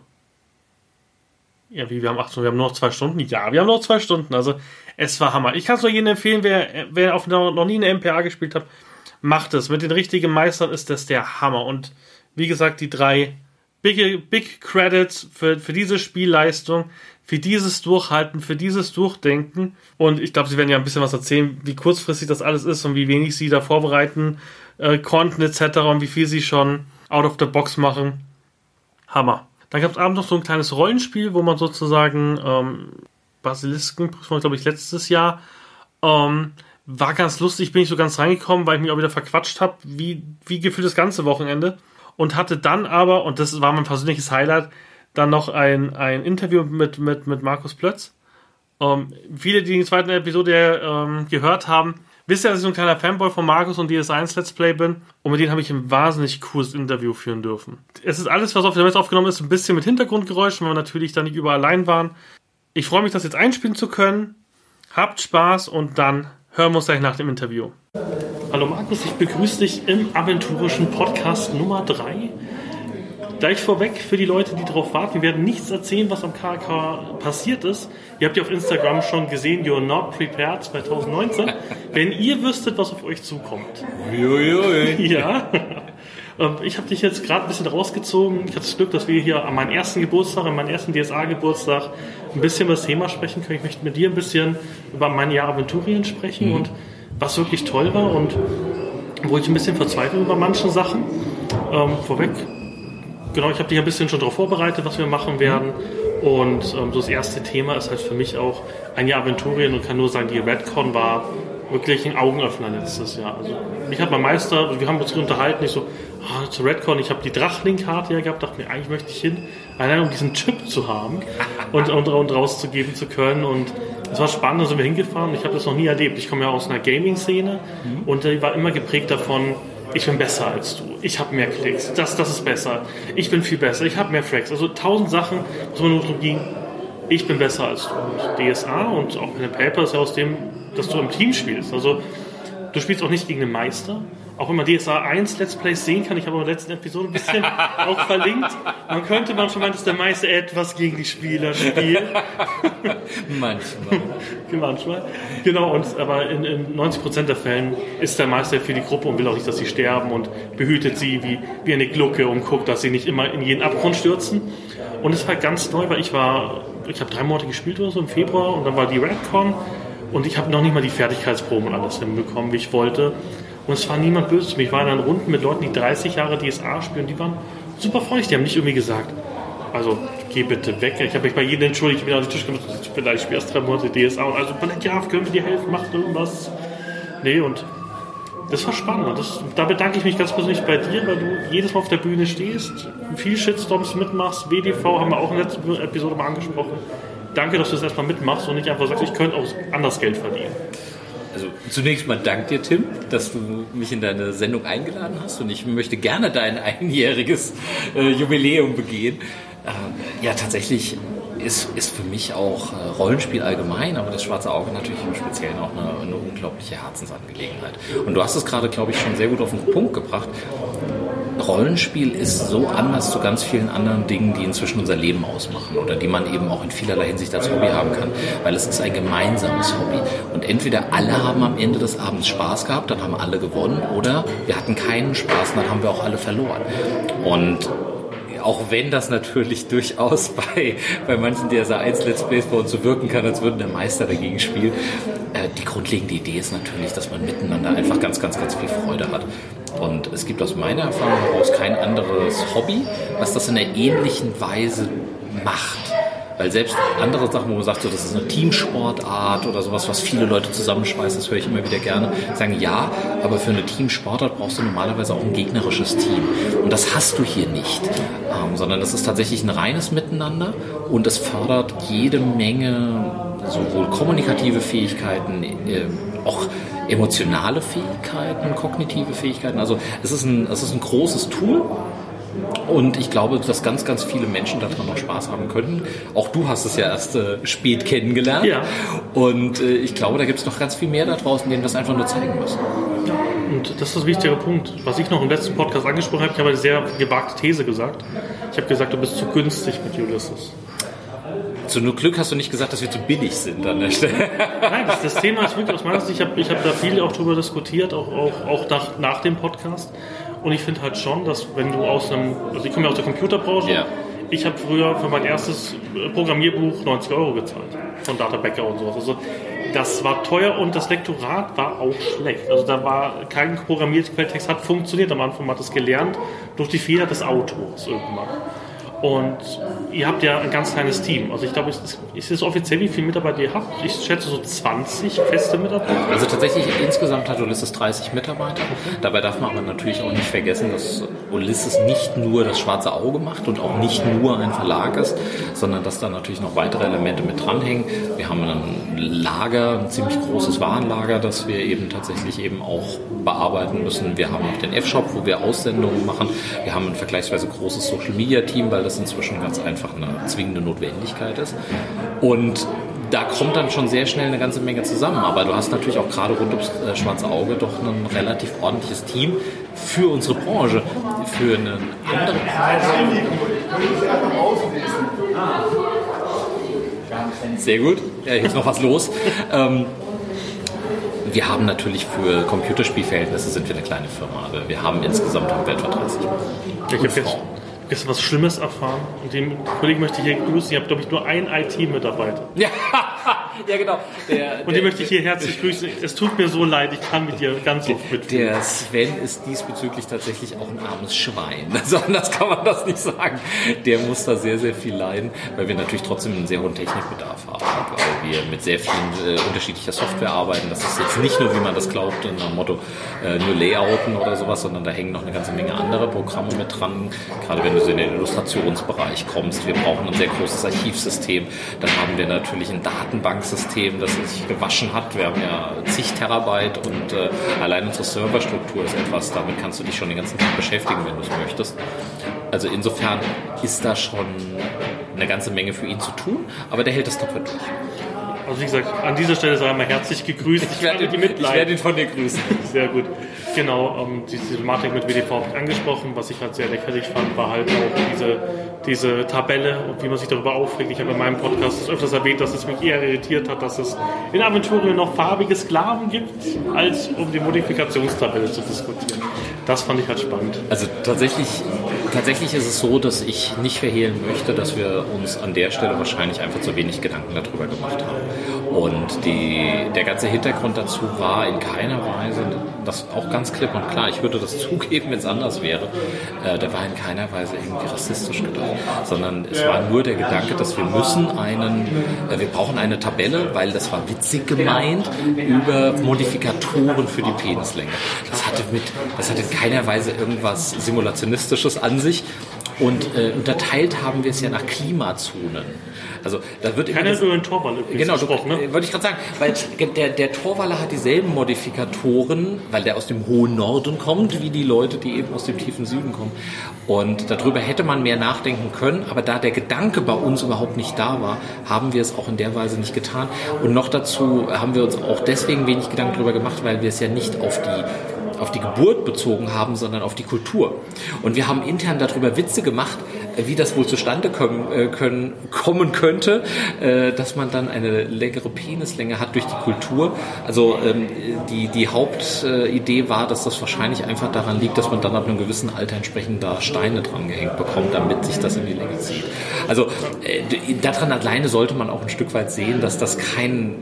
Ja, wie, wir haben achtzehn Uhr, wir haben nur noch zwei Stunden? Ja, wir haben noch zwei Stunden. Also, es war Hammer. Ich kann es nur jedem empfehlen, wer, wer auf noch, noch nie eine M P A gespielt hat, macht es. Mit den richtigen Meistern ist das der Hammer. Und wie gesagt, die drei Big, Big Credits für, für diese Spielleistung, für dieses Durchhalten, für dieses Durchdenken. Und ich glaube, sie werden ja ein bisschen was erzählen, wie kurzfristig das alles ist und wie wenig sie da vorbereiten äh, konnten et cetera und wie viel sie schon out of the box machen. Hammer. Dann gab es abends noch so ein kleines Rollenspiel, wo man sozusagen ähm, Basilisken, glaube ich, letztes Jahr, ähm, war ganz lustig, bin ich so ganz reingekommen, weil ich mich auch wieder verquatscht habe, wie, wie gefühlt das ganze Wochenende. Und hatte dann aber, und das war mein persönliches Highlight, dann noch ein, ein Interview mit, mit, mit Markus Plötz. Ähm, viele, die die zweite Episode ähm, gehört haben, wissen ja, dass ich so ein kleiner Fanboy von Markus und D S eins Let's Play bin. Und mit denen habe ich ein wahnsinnig cooles Interview führen dürfen. Es ist alles, was auf der Welt aufgenommen ist, ein bisschen mit Hintergrundgeräuschen, weil wir natürlich da nicht überall allein waren. Ich freue mich, das jetzt einspielen zu können. Habt Spaß und dann hören wir uns gleich nach dem Interview. Hallo Markus, ich begrüße dich im aventurischen Podcast Nummer drei. Gleich vorweg für die Leute, die darauf warten, wir werden nichts erzählen, was am K R K passiert ist. Ihr habt ja auf Instagram schon gesehen, You're Not Prepared zwanzig neunzehn. Wenn ihr wüsstet, was auf euch zukommt. Uiuiui. Ja. Ich habe dich jetzt gerade ein bisschen rausgezogen. Ich hatte das Glück, dass wir hier an meinem ersten Geburtstag, an meinem ersten D S A-Geburtstag ein bisschen über das Thema sprechen können. Ich möchte mit dir ein bisschen über mein Jahr Aventurien sprechen mhm. und was wirklich toll war und wo ich ein bisschen verzweifle über manche Sachen. Ähm, vorweg, genau, ich habe dich ein bisschen schon darauf vorbereitet, was wir machen werden. Und ähm, so das erste Thema ist halt für mich auch ein Jahr Aventurien und kann nur sagen, die Redcon war wirklich ein Augenöffner letztes Jahr. Also mich hat mein Meister, wir haben uns unterhalten, ich so, ah, zur Redcon, ich habe die Drachling-Karte ja gehabt, dachte mir, eigentlich möchte ich hin, allein um diesen Chip zu haben und, und, und rauszugeben zu können. Und es war spannend, da sind wir hingefahren. Ich habe das noch nie erlebt. Ich komme ja aus einer Gaming-Szene mhm. und die war immer geprägt davon, ich bin besser als du, ich habe mehr Klicks, das, das ist besser, ich bin viel besser, ich habe mehr Frags. Also tausend Sachen, wo es nur darum ging, ich bin besser als du. Und D S A und auch Pen and Paper ist ja aus dem, dass du im Team spielst. Also du spielst auch nicht gegen den Meister. Auch wenn man D S A eins Let's Plays sehen kann, ich habe in der letzten Episode ein bisschen auch verlinkt, man könnte manchmal meinen, dass der Meister etwas gegen die Spieler spielt. Manchmal. Manchmal. Genau, und, aber in, in neunzig Prozent der Fällen ist der Meister für die Gruppe und will auch nicht, dass sie sterben und behütet sie wie, wie eine Glucke und guckt, dass sie nicht immer in jeden Abgrund stürzen. Und es war ganz neu, weil ich war, ich habe drei Monate gespielt oder so im Februar und dann war die Redcon und ich habe noch nicht mal die Fertigkeitsproben und alles hinbekommen, wie ich wollte. Und es war niemand böse zu mir. Ich war in einer Runde mit Leuten, die dreißig Jahre D S A spielen, die waren super freundlich. Die haben nicht irgendwie gesagt, also geh bitte weg. Ich habe mich bei jedem entschuldigt, ich bin auf den Tisch gemacht, ich bin ich spiele erst drei Monate D S A und also, ja, können wir dir helfen, macht irgendwas. Nee, und das war spannend. Und das, da bedanke ich mich ganz persönlich bei dir, weil du jedes Mal auf der Bühne stehst, viel Shitstorms mitmachst. W D V haben wir auch in der letzten Episode mal angesprochen. Danke, dass du das erstmal mitmachst und nicht einfach sagst, ich könnte auch anders Geld verdienen. Also zunächst mal dank dir, Tim, dass du mich in deine Sendung eingeladen hast und ich möchte gerne dein einjähriges äh, Jubiläum begehen. Äh, ja, tatsächlich ist, ist für mich auch äh, Rollenspiel allgemein, aber das Schwarze Auge natürlich im Speziellen auch eine, eine unglaubliche Herzensangelegenheit. Und du hast es gerade, glaube ich, schon sehr gut auf den Punkt gebracht. Rollenspiel ist so anders zu ganz vielen anderen Dingen, die inzwischen unser Leben ausmachen oder die man eben auch in vielerlei Hinsicht als Hobby haben kann, weil es ist ein gemeinsames Hobby. Und entweder alle haben am Ende des Abends Spaß gehabt, dann haben alle gewonnen, oder wir hatten keinen Spaß und dann haben wir auch alle verloren. Und auch wenn das natürlich durchaus bei, bei manchen D S A eins Let's Plays bei uns so wirken kann, als würden der Meister dagegen spielen, äh, die grundlegende Idee ist natürlich, dass man miteinander einfach ganz, ganz, ganz viel Freude hat. Und es gibt aus meiner Erfahrung heraus kein anderes Hobby, was das in einer ähnlichen Weise macht. Weil selbst andere Sachen, wo man sagt, so, das ist eine Teamsportart oder sowas, was viele Leute zusammenschweißt, das höre ich immer wieder gerne, sagen, ja, aber für eine Teamsportart brauchst du normalerweise auch ein gegnerisches Team. Und das hast du hier nicht, ähm, sondern das ist tatsächlich ein reines Miteinander und es fördert jede Menge sowohl kommunikative Fähigkeiten, äh, auch emotionale Fähigkeiten, kognitive Fähigkeiten. Also es ist ein, es ist ein großes Tool. Und ich glaube, dass ganz, ganz viele Menschen daran noch Spaß haben können. Auch du hast es ja erst äh, spät kennengelernt. Ja. Und äh, ich glaube, da gibt es noch ganz viel mehr da draußen, denen wir das einfach nur zeigen müssen. Ja, und das ist das wichtige Punkt. Was ich noch im letzten Podcast angesprochen habe, ich habe eine sehr gewagte These gesagt. Ich habe gesagt, du bist zu günstig mit Ulysses. Zu nur Glück hast du nicht gesagt, dass wir zu billig sind an der Stelle. Nein, das, das Thema ist wirklich aus meiner Sicht, ich habe ich hab da viel auch drüber diskutiert, auch, auch, auch nach, nach dem Podcast. Und ich finde halt schon, dass wenn du aus einem, also ich komme ja aus der Computerbranche, ja. Ich habe früher für mein erstes Programmierbuch neunzig Euro gezahlt, von Data Becker und sowas. Also das war teuer und das Lektorat war auch schlecht. Also da war kein Programmierquelltext, hat funktioniert. Am Anfang hat es gelernt durch die Fehler des Autors irgendwann. Und ihr habt ja ein ganz kleines Team. Also ich glaube, ist, ist es offiziell, wie viele Mitarbeiter ihr habt? Ich schätze so zwanzig feste Mitarbeiter. Also tatsächlich insgesamt hat Ulysses dreißig Mitarbeiter. Dabei darf man aber natürlich auch nicht vergessen, dass Ulysses nicht nur das Schwarze Auge macht und auch nicht nur ein Verlag ist, sondern dass da natürlich noch weitere Elemente mit dranhängen. Wir haben ein Lager, ein ziemlich großes Warenlager, das wir eben tatsächlich eben auch bearbeiten müssen. Wir haben auch den F-Shop, wo wir Aussendungen machen. Wir haben ein vergleichsweise großes Social-Media-Team, weil das inzwischen ganz einfach eine zwingende Notwendigkeit ist. Und da kommt dann schon sehr schnell eine ganze Menge zusammen. Aber du hast natürlich auch gerade rund ums äh, Schwarze Auge doch ein relativ ordentliches Team für unsere Branche, für eine andere Branche. Sehr gut. Ja, hier ist noch was los. Ähm, wir haben natürlich für Computerspielverhältnisse sind wir eine kleine Firma. Aber wir haben insgesamt haben wir etwa dreißig. Ich habe jetzt gestern was Schlimmes erfahren. Und den Kollegen möchte ich hier grüßen. Ich habe, glaube ich, nur einen I T-Mitarbeiter. Ja, ja genau. Der, und den der, möchte ich hier herzlich grüßen. Es tut mir so leid, ich kann mit dir ganz oft mitfühlen. Der Sven ist diesbezüglich tatsächlich auch ein armes Schwein. Also anders kann man das nicht sagen. Der muss da sehr, sehr viel leiden, weil wir natürlich trotzdem einen sehr hohen Technikbedarf haben. wir mit sehr vielen äh, unterschiedlicher Software arbeiten. Das ist jetzt nicht nur, wie man das glaubt, nach dem Motto äh, nur Layouten oder sowas, sondern da hängen noch eine ganze Menge andere Programme mit dran. Gerade wenn du so in den Illustrationsbereich kommst. Wir brauchen ein sehr großes Archivsystem. Dann haben wir natürlich ein Datenbanksystem, das sich gewaschen hat. Wir haben ja zig Terabyte und äh, allein unsere Serverstruktur ist etwas, damit kannst du dich schon den ganzen Tag beschäftigen, wenn du es möchtest. Also insofern ist da schon eine ganze Menge für ihn zu tun, aber der hält das tapfer durch. Also wie gesagt, an dieser Stelle sei einmal herzlich gegrüßt. Ich werde, ihn, ich werde ihn von dir grüßen. Sehr gut. Genau, ähm, diese Thematik mit W D V habe ich angesprochen. Was ich halt sehr lächerlich fand, war halt auch diese, diese Tabelle und wie man sich darüber aufregt. Ich habe in meinem Podcast das öfters erwähnt, dass es mich eher irritiert hat, dass es in Aventurien noch farbige Sklaven gibt, als um die Modifikationstabelle zu diskutieren. Das fand ich halt spannend. Also tatsächlich, tatsächlich ist es so, dass ich nicht verhehlen möchte, dass wir uns an der Stelle wahrscheinlich einfach zu wenig Gedanken darüber gemacht haben. Und die, der ganze Hintergrund dazu war in keiner Weise, das auch ganz klipp und klar, ich würde das zugeben, wenn es anders wäre, äh, der war in keiner Weise irgendwie rassistisch gedacht, sondern es war nur der Gedanke, dass wir müssen einen, äh, wir brauchen eine Tabelle, weil das war witzig gemeint, über Modifikatoren für die Penislänge. Das hatte mit, das hatte in keiner Weise irgendwas Simulationistisches an sich. Und äh, unterteilt haben wir es ja nach Klimazonen. Also da wird Keiner über den Torwall übrigens genau, gesprochen, ne? Wollte ich gerade sagen, weil der, der Torwaller hat dieselben Modifikatoren, weil der aus dem hohen Norden kommt, wie die Leute, die eben aus dem tiefen Süden kommen. Und darüber hätte man mehr nachdenken können, aber da der Gedanke bei uns überhaupt nicht da war, haben wir es auch in der Weise nicht getan. Und noch dazu haben wir uns auch deswegen wenig Gedanken darüber gemacht, weil wir es ja nicht auf die auf die Geburt bezogen haben, sondern auf die Kultur. Und wir haben intern darüber Witze gemacht, wie das wohl zustande kommen, äh, können, kommen könnte, äh, dass man dann eine längere Penislänge hat durch die Kultur. Also ähm, die, die Hauptidee war, dass das wahrscheinlich einfach daran liegt, dass man dann ab einem gewissen Alter entsprechend da Steine dran gehängt bekommt, damit sich das in die Länge zieht. Also äh, daran alleine sollte man auch ein Stück weit sehen, dass das kein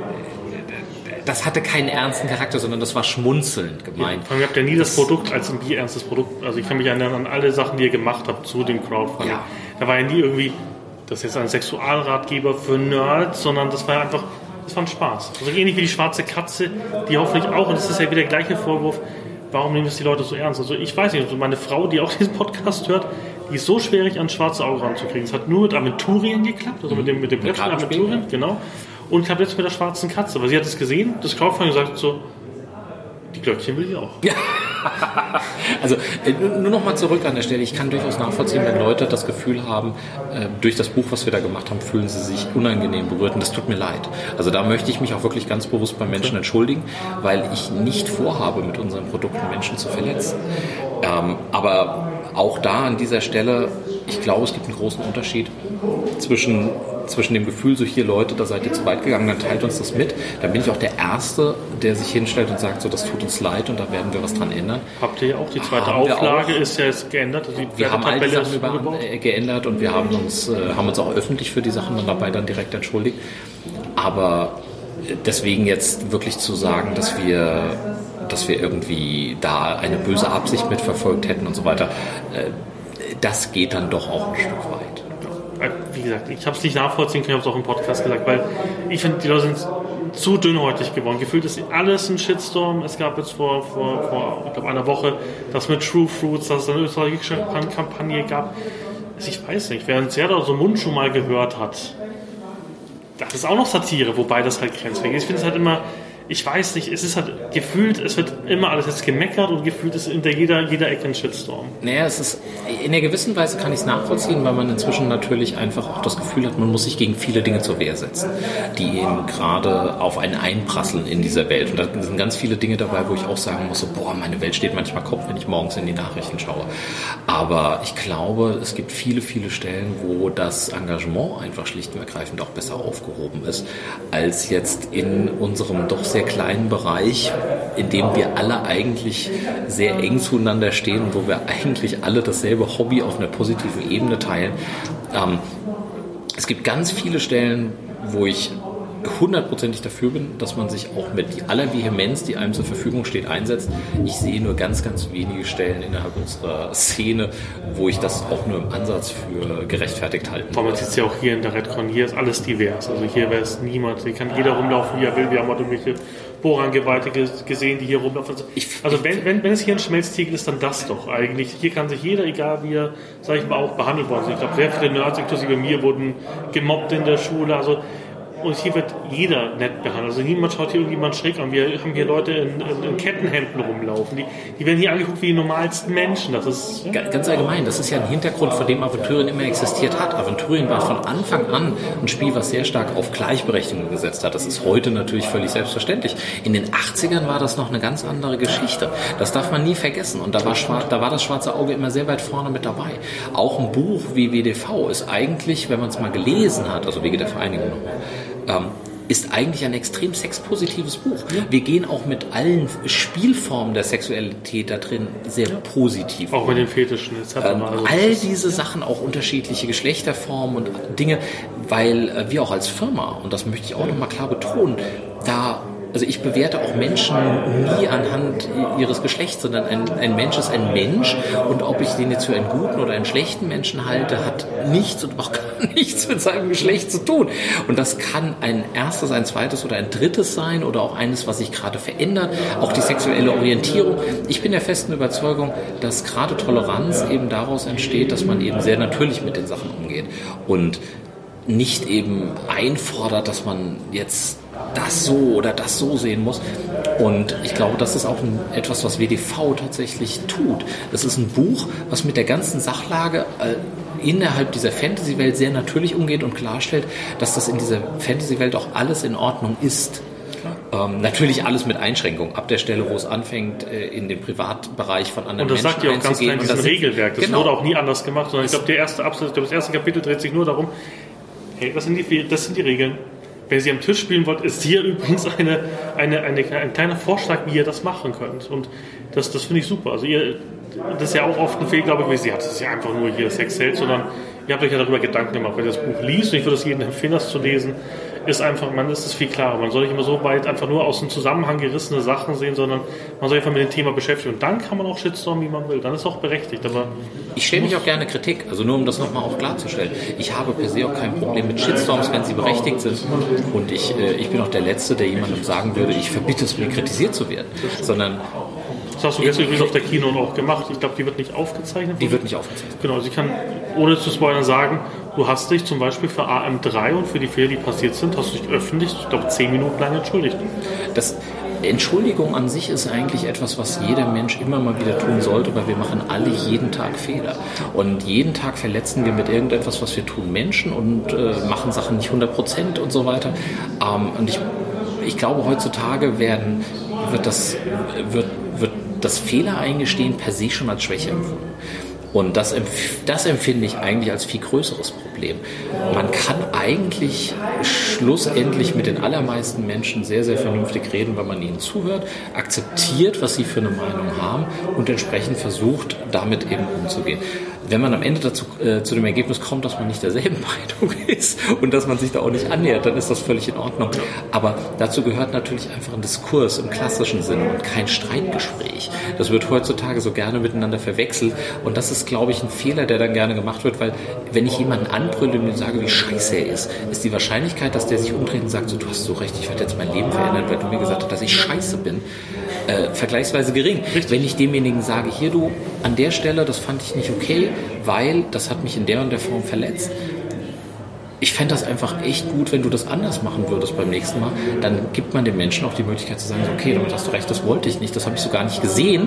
Das hatte keinen ernsten Charakter, sondern das war schmunzelnd gemeint. Ja, ihr habt ja nie das, das Produkt als ein bierernstes Produkt. Also ich kann mich erinnern an alle Sachen, die ihr gemacht habt zu dem Crowdfunding. Ja. Da war ja nie irgendwie, das ist jetzt ein Sexualratgeber für Nerds, sondern das war einfach, das war ein Spaß. Also ähnlich wie die schwarze Katze, die hoffentlich auch, und das ist ja wieder der gleiche Vorwurf, warum nehmen es die Leute so ernst? Also ich weiß nicht, also meine Frau, die auch diesen Podcast hört, die ist so schwierig ans schwarze Auge ranzukriegen. Es hat nur mit Aventurien geklappt, also mit dem, mit dem Brettspiel Aventurien, genau. Und ich habe jetzt mit der schwarzen Katze, weil sie hat es gesehen, das Crowdfunding sagt so, die Glöckchen will ich auch. Ja. Also nur noch mal zurück an der Stelle, ich kann durchaus nachvollziehen, wenn Leute das Gefühl haben, durch das Buch, was wir da gemacht haben, fühlen sie sich unangenehm berührt und das tut mir leid. Also da möchte ich mich auch wirklich ganz bewusst bei Menschen entschuldigen, weil ich nicht vorhabe, mit unseren Produkten Menschen zu verletzen. Ähm, aber auch da an dieser Stelle, ich glaube, es gibt einen großen Unterschied zwischen, zwischen dem Gefühl, so hier Leute, da seid ihr zu weit gegangen, dann teilt uns das mit. Dann bin ich auch der Erste, der sich hinstellt und sagt, so das tut uns leid und da werden wir was dran ändern. Habt ihr ja auch, die zweite haben Auflage ist ja jetzt geändert. Also wir haben all die Sachen über, äh, geändert und wir haben uns, äh, haben uns auch öffentlich für die Sachen dann dabei dann direkt entschuldigt. Aber deswegen jetzt wirklich zu sagen, dass wir dass wir irgendwie da eine böse Absicht mitverfolgt hätten und so weiter, das geht dann doch auch ein Stück weit. Wie gesagt, ich habe es nicht nachvollziehen können, ich habe es auch im Podcast gesagt, weil ich finde, die Leute sind zu dünnhäutig geworden. Gefühlt ist alles ein Shitstorm. Es gab jetzt vor, vor, vor ich glaube, einer Woche das mit True Fruits, dass es eine österreichische Kampagne gab. Also ich weiß nicht, wer einen Zerda so Mund schon mal gehört hat, das ist auch noch Satire, wobei das halt grenzwertig ist. Ich finde es halt immer, ich weiß nicht, es ist halt gefühlt, es wird immer alles jetzt gemeckert und gefühlt ist hinter jeder, jeder Ecke ein Shitstorm. Naja, es ist, in einer gewissen Weise kann ich es nachvollziehen, weil man inzwischen natürlich einfach auch das Gefühl hat, man muss sich gegen viele Dinge zur Wehr setzen, die eben gerade auf einen einprasseln in dieser Welt. Und da sind ganz viele Dinge dabei, wo ich auch sagen muss, so, boah, meine Welt steht manchmal Kopf, wenn ich morgens in die Nachrichten schaue. Aber ich glaube, es gibt viele, viele Stellen, wo das Engagement einfach schlicht und ergreifend auch besser aufgehoben ist, als jetzt in unserem doch sehr kleinen Bereich, in dem wir alle eigentlich sehr eng zueinander stehen und wo wir eigentlich alle dasselbe Hobby auf einer positiven Ebene teilen. Ähm, es gibt ganz viele Stellen, wo ich hundertprozentig dafür bin, dass man sich auch mit aller Vehemenz, die einem zur Verfügung steht, einsetzt. Ich sehe nur ganz, ganz wenige Stellen innerhalb unserer Szene, wo ich das auch nur im Ansatz für gerechtfertigt halte. Man sieht es ja auch hier in der Redcon, hier ist alles divers. Also hier wäre es niemand, hier kann jeder rumlaufen, wie er will. Wir haben auch irgendwelche Boran-Geweihte gesehen, die hier rumlaufen. Also wenn, wenn, wenn es hier ein Schmelztiegel ist, dann das doch eigentlich. Hier kann sich jeder, egal wie er, sag ich mal, auch behandelt worden ist. Ich glaube, sehr viele Nerds, inklusive mir, wurden gemobbt in der Schule. Also und hier wird jeder nett behandelt. Also niemand schaut hier irgendjemand schräg an. Wir haben hier Leute in, in, in Kettenhemden rumlaufen. Die, die werden hier angeguckt wie die normalsten Menschen. Das ist ja. Ganz allgemein. Das ist ja ein Hintergrund, vor dem Aventurien immer existiert hat. Aventurien war von Anfang an ein Spiel, was sehr stark auf Gleichberechtigung gesetzt hat. Das ist heute natürlich völlig selbstverständlich. In den achtzigern war das noch eine ganz andere Geschichte. Das darf man nie vergessen. Und da war, Schwar- da war das Schwarze Auge immer sehr weit vorne mit dabei. Auch ein Buch wie W D V ist eigentlich, wenn man es mal gelesen hat, also Wege der Vereinigung nochmal, Ähm, ist eigentlich ein extrem sexpositives Buch. Ja. Wir gehen auch mit allen Spielformen der Sexualität da drin sehr ja. positiv. Auch mit den Fetischen et cetera. Ähm, also all diese Sachen, auch unterschiedliche Geschlechterformen und Dinge, weil äh, wir auch als Firma, und das möchte ich auch nochmal klar betonen, da Also ich bewerte auch Menschen nie anhand ihres Geschlechts, sondern ein, ein Mensch ist ein Mensch und ob ich den jetzt für einen guten oder einen schlechten Menschen halte, hat nichts und auch gar nichts mit seinem Geschlecht zu tun. Und das kann ein erstes, ein zweites oder ein drittes sein oder auch eines, was sich gerade verändert, auch die sexuelle Orientierung. Ich bin der festen Überzeugung, dass gerade Toleranz eben daraus entsteht, dass man eben sehr natürlich mit den Sachen umgeht und nicht eben einfordert, dass man jetzt das so oder das so sehen muss. Und ich glaube, das ist auch ein, etwas, was W D V tatsächlich tut. Das ist ein Buch, was mit der ganzen Sachlage äh, innerhalb dieser Fantasy-Welt sehr natürlich umgeht und klarstellt, dass das in dieser Fantasy-Welt auch alles in Ordnung ist. Ähm, natürlich alles mit Einschränkungen. Ab der Stelle, wo es anfängt, äh, in den Privatbereich von anderen Menschen einzugehen. Und das sagt ja auch ganz klar in diesem Regelwerk. Das genau. wurde auch nie anders gemacht, sondern ich glaube, der erste Absatz, das erste Kapitel dreht sich nur darum, hey, das sind die, das sind die Regeln. Wenn ihr sie am Tisch spielen wollt, ist hier übrigens eine, eine, eine, ein kleiner Vorschlag, wie ihr das machen könnt. Und das, das finde ich super. Also ihr, das ist ja auch oft ein Fehler, glaube ich, sie hat es ja einfach nur hier Sex hält, sondern ihr habt euch ja darüber Gedanken gemacht, wenn ihr das Buch liest, und ich würde es jedem empfehlen, das zu lesen, ist einfach, man ist es viel klarer. Man soll nicht immer so weit einfach nur aus dem Zusammenhang gerissene Sachen sehen, sondern man soll einfach mit dem Thema beschäftigen. Und dann kann man auch Shitstorm, wie man will. Dann ist es auch berechtigt. Aber ich stelle mich auch gerne Kritik, also nur um das nochmal auch klarzustellen. Ich habe per se auch kein Problem mit Shitstorms, wenn sie berechtigt sind. Und ich, äh, ich bin auch der Letzte, der jemandem sagen würde, ich verbitte es mir, kritisiert zu werden. Sondern das hast du gestern übrigens auf der Kino auch gemacht. Ich glaube, die wird nicht aufgezeichnet. Die wird nicht aufgezeichnet. Genau, also ich kann, ohne zu spoilern, sagen, du hast dich zum Beispiel für A M drei und für die Fehler, die passiert sind, hast du dich öffentlich, ich glaube, zehn Minuten lang entschuldigt. Das Entschuldigung an sich ist eigentlich etwas, was jeder Mensch immer mal wieder tun sollte, weil wir machen alle jeden Tag Fehler. Und jeden Tag verletzen wir mit irgendetwas, was wir tun, Menschen und äh, machen Sachen nicht hundert Prozent und so weiter. Ähm, und ich, ich glaube, heutzutage werden, wird, das, wird, wird das Fehler eingestehen per se schon als Schwäche empfunden. Und das, das empfinde ich eigentlich als viel größeres Problem. Man kann eigentlich schlussendlich mit den allermeisten Menschen sehr, sehr vernünftig reden, wenn man ihnen zuhört, akzeptiert, was sie für eine Meinung haben und entsprechend versucht, damit eben umzugehen. Wenn man am Ende dazu, äh, zu dem Ergebnis kommt, dass man nicht derselben Meinung ist und dass man sich da auch nicht annähert, dann ist das völlig in Ordnung. Aber dazu gehört natürlich einfach ein Diskurs im klassischen Sinne und kein Streitgespräch. Das wird heutzutage so gerne miteinander verwechselt und das ist, glaube ich, ein Fehler, der dann gerne gemacht wird, weil wenn ich jemanden anbrülle und ihm sage, wie scheiße er ist, ist die Wahrscheinlichkeit, dass der sich umdreht und sagt, so, du hast so recht, ich werde jetzt mein Leben verändern, weil du mir gesagt hast, dass ich scheiße bin, äh, vergleichsweise gering. Richtig. Wenn ich demjenigen sage, hier du, an der Stelle, das fand ich nicht okay, weil das hat mich in der und der Form verletzt. Ich fände das einfach echt gut, wenn du das anders machen würdest beim nächsten Mal. Dann gibt man den Menschen auch die Möglichkeit zu sagen, okay, damit hast du recht, das wollte ich nicht, das habe ich so gar nicht gesehen.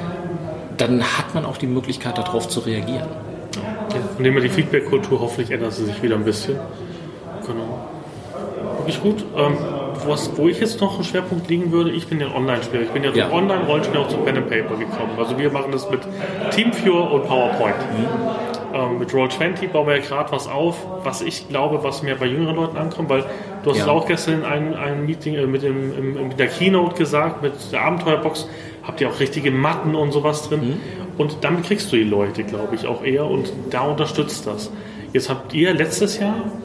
Dann hat man auch die Möglichkeit, darauf zu reagieren. Ja, und nehmen wir die Feedback-Kultur, hoffentlich ändert sie sich wieder ein bisschen. Genau. Wirklich gut. Ähm, was, wo ich jetzt noch einen Schwerpunkt liegen würde, ich bin ja ein Online-Spieler. Ich bin ja, ja. zum Online-Rollenspiel auch zu Pen and Paper gekommen. Also wir machen das mit TeamViewer und PowerPoint. Mhm. Ähm, mit Roll zwanzig bauen wir ja gerade was auf, was ich glaube, was mehr bei jüngeren Leuten ankommt, weil du hast ja. es auch gestern in einem, einem Meeting äh, mit, dem, im, in der Keynote gesagt, mit der Abenteuerbox, habt ihr auch richtige Matten und sowas drin. Mhm. Und damit kriegst du die Leute, glaube ich, auch eher und da unterstützt das. Jetzt habt ihr letztes Jahr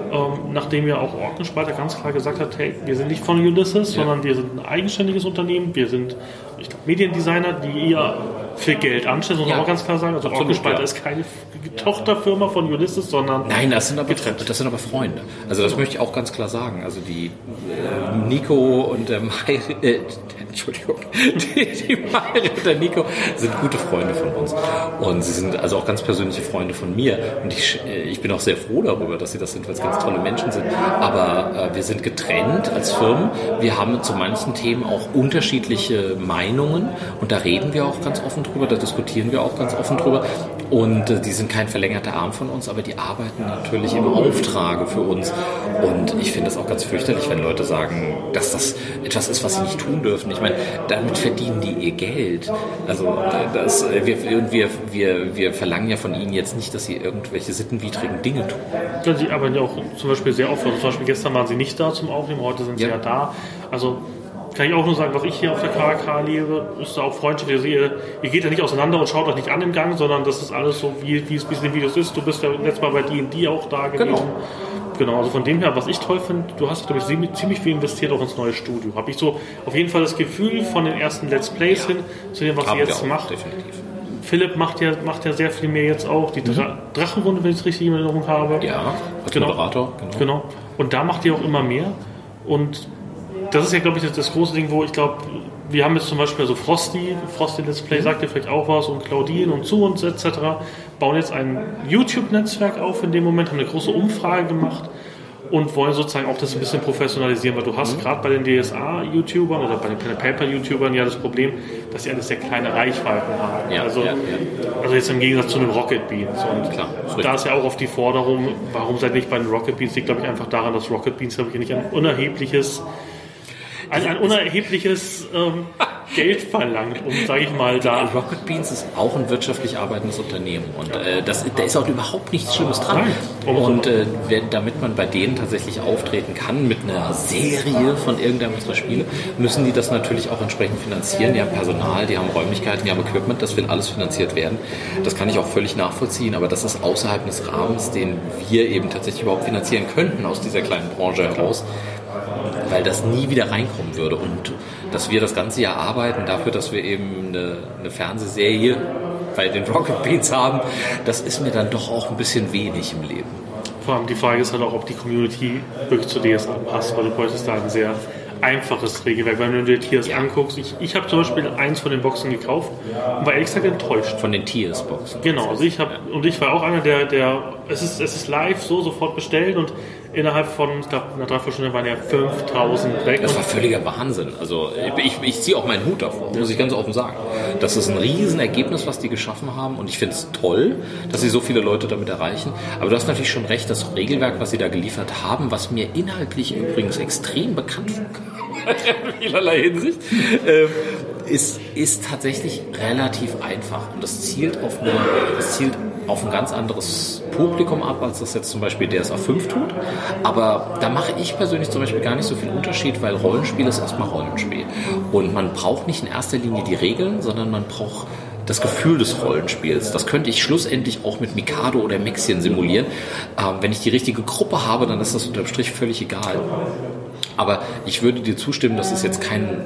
ähm, nachdem ja auch Orkenspalter ganz klar gesagt hat, hey, wir sind nicht von Ulysses, ja. sondern wir sind ein eigenständiges Unternehmen, wir sind, ich glaube, Mediendesigner, die ihr für Geld anstellen, muss man ja. auch ganz klar sagen. Also Orkenspalter ja. ist keine Tochterfirma von Ulysses, sondern... Nein, das sind aber, das sind aber Freunde. Also das möchte ich auch ganz klar sagen. Also die äh, Nico und der Mai, äh, Entschuldigung, die, die Mai und der Nico sind gute Freunde von uns. Und sie sind also auch ganz persönliche Freunde von mir. Und ich, ich bin auch sehr froh darüber, dass sie das sind, weil es ganz tolle Menschen sind. Aber äh, wir sind getrennt als Firmen. Wir haben zu manchen Themen auch unterschiedliche Meinungen. Und da reden wir auch ganz offen drüber, da diskutieren wir auch ganz offen drüber. Und äh, die sind kein verlängerter Arm von uns, aber die arbeiten natürlich im Auftrage für uns. Und ich finde das auch ganz fürchterlich, wenn Leute sagen, dass das etwas ist, was sie nicht tun dürfen. Ich meine, damit verdienen die ihr Geld. Also das, wir, wir, wir, wir verlangen ja von ihnen jetzt nicht, dass sie irgendwelche sittenwidrigen Dinge tun. Ja, sie arbeiten ja auch zum Beispiel sehr oft. Also zum Beispiel gestern waren sie nicht da zum Aufnehmen, heute sind sie ja, ja da. Also kann ich auch nur sagen, was ich hier auf der K K lebe, ist da auch Freundschaft. Ihr, ihr, ihr geht ja nicht auseinander und schaut euch nicht an im Gang, sondern das ist alles so, wie, wie es in den Videos ist. Du bist ja letztes Mal bei D und D auch da gewesen. Genau. Genau, also von dem her, was ich toll finde, du hast, glaube ich, ziemlich viel investiert auch ins neue Studio. Habe ich so auf jeden Fall das Gefühl von den ersten Let's Plays ja. hin zu dem, was ihr jetzt macht. Definitiv. Philipp macht ja, macht ja sehr viel mehr jetzt auch. Die Dra- mhm. Drachenrunde, wenn ich es richtig in Erinnerung habe. Ja, als genau. Moderator. Genau. genau. Und da macht ihr auch immer mehr. Und das ist ja, glaube ich, das, das große Ding, wo ich glaube, wir haben jetzt zum Beispiel also Frosty, Frosty Let's Play sagt ja vielleicht auch was und Claudine und zu uns et cetera bauen jetzt ein YouTube-Netzwerk auf in dem Moment, haben eine große Umfrage gemacht und wollen sozusagen auch das ein bisschen professionalisieren, weil du hast mhm. gerade bei den D S A-YouTubern oder bei den Pen-and-Paper-YouTubern ja das Problem, dass sie alle sehr kleine Reichweiten haben. Ja, also, ja, ja. also jetzt im Gegensatz zu einem Rocket Beans. Und Klar, da ist ja auch oft die Forderung, warum seid ihr nicht bei den Rocket Beans? Liegt, glaube ich, einfach daran, dass Rocket Beans, glaube ich, nicht ein unerhebliches Ein, ein unerhebliches ähm, Geld verlangt, um, sage ich mal, da... Rocket Beans ist auch ein wirtschaftlich arbeitendes Unternehmen und äh, das, da ist auch überhaupt nichts Schlimmes dran. Nein. Und äh, wenn, damit man bei denen tatsächlich auftreten kann mit einer Serie von irgendeinem unserer Spiele, müssen die das natürlich auch entsprechend finanzieren. Die haben Personal, die haben Räumlichkeiten, die haben Equipment, das will alles finanziert werden. Das kann ich auch völlig nachvollziehen, aber das ist außerhalb des Rahmens, den wir eben tatsächlich überhaupt finanzieren könnten aus dieser kleinen Branche heraus. Weil das nie wieder reinkommen würde und dass wir das ganze Jahr arbeiten dafür, dass wir eben eine, eine Fernsehserie bei den Rocket Beans haben, das ist mir dann doch auch ein bisschen wenig im Leben. Vor allem die Frage ist halt auch, ob die Community wirklich zu D S A passt, weil du bräuchtest da ein sehr einfaches Regelwerk. Wenn du dir Tiers ja. anguckst, ich, ich habe zum Beispiel eins von den Boxen gekauft und war ehrlich gesagt enttäuscht. Von den Tiers-Boxen? Genau, also ich habe ja. und ich war auch einer, der, der es ist, es ist live so sofort bestellt und innerhalb von, ich glaube, einer Dreiviertelstunde waren ja fünftausend weg. Das war völliger Wahnsinn. Also ich, ich ziehe auch meinen Hut davor, muss ich ganz offen sagen. Das ist ein Riesenergebnis, was die geschaffen haben und ich finde es toll, dass sie so viele Leute damit erreichen. Aber du hast natürlich schon recht, das Regelwerk, was sie da geliefert haben, was mir inhaltlich übrigens extrem bekannt vorkam, in vielerlei Hinsicht, äh, ist, ist tatsächlich relativ einfach und das zielt auf eine, das zielt auf ein ganz anderes Publikum ab, als das jetzt zum Beispiel D S A fünf tut. Aber da mache ich persönlich zum Beispiel gar nicht so viel Unterschied, weil Rollenspiel ist erstmal Rollenspiel. Und man braucht nicht in erster Linie die Regeln, sondern man braucht das Gefühl des Rollenspiels. Das könnte ich schlussendlich auch mit Mikado oder Mexien simulieren. Ähm, wenn ich die richtige Gruppe habe, dann ist das unterm Strich völlig egal. Aber ich würde dir zustimmen, das ist jetzt kein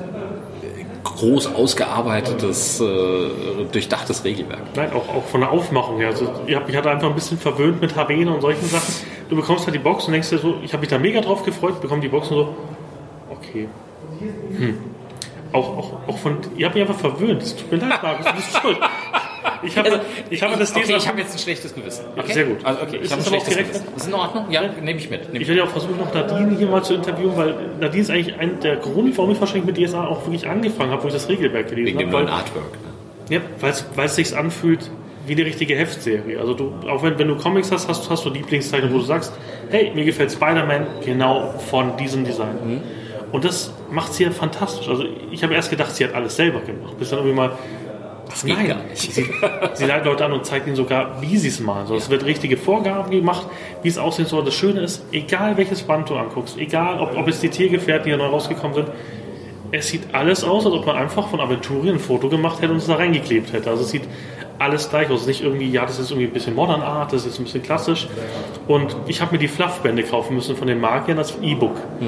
groß ausgearbeitetes, äh, durchdachtes Regelwerk. Nein, auch, auch von der Aufmachung her. Also, ich habe mich halt einfach ein bisschen verwöhnt mit Havene und solchen Sachen. Du bekommst halt die Box und denkst dir so, ich habe mich da mega drauf gefreut, bekomme die Box und so, okay. Hm. Auch, auch, auch von, ihr habt mich einfach verwöhnt. Es tut mir leid, Markus, du bist schuld. Ich habe, also, ich habe das okay, ich habe jetzt ein schlechtes Gewissen. Okay? Sehr gut. Also, okay, ich habe ein schlechtes Gewissen. Ist in Ordnung? Ja, nehme ich mit. Nehm ich werde ja auch versuchen, noch Nadine hier mal zu interviewen, weil Nadine ist eigentlich ein, der Grund, warum ich wahrscheinlich mit D S A auch wirklich angefangen habe, wo ich das Regelwerk gelesen habe. Wegen dem neuen Artwork. Ne? Ja, weil es sich anfühlt wie eine richtige Heftserie. Also du, auch wenn, wenn du Comics hast, hast, hast du Lieblingszeichen, wo du sagst, hey, mir gefällt Spider-Man genau von diesem Design. Mhm. Und das macht sie ja fantastisch. Also ich habe erst gedacht, sie hat alles selber gemacht, bis dann irgendwie mal Das geht Nein. gar nicht. Sie, sie leitet Leute an und zeigt ihnen sogar, wie sie es machen. Also es ja. wird richtige Vorgaben gemacht, wie es aussehen soll. Das Schöne ist, egal welches Band du anguckst, egal ob, ob es die Tiergefährten, die ja neu rausgekommen sind, es sieht alles aus, als ob man einfach von Aventurien ein Foto gemacht hätte und es da reingeklebt hätte. Also es sieht alles gleich aus. Nicht irgendwie, ja, das ist irgendwie ein bisschen Modern Art, das ist ein bisschen klassisch. Und ich habe mir die Fluffbände kaufen müssen von den Magiern als E-Book. Mhm.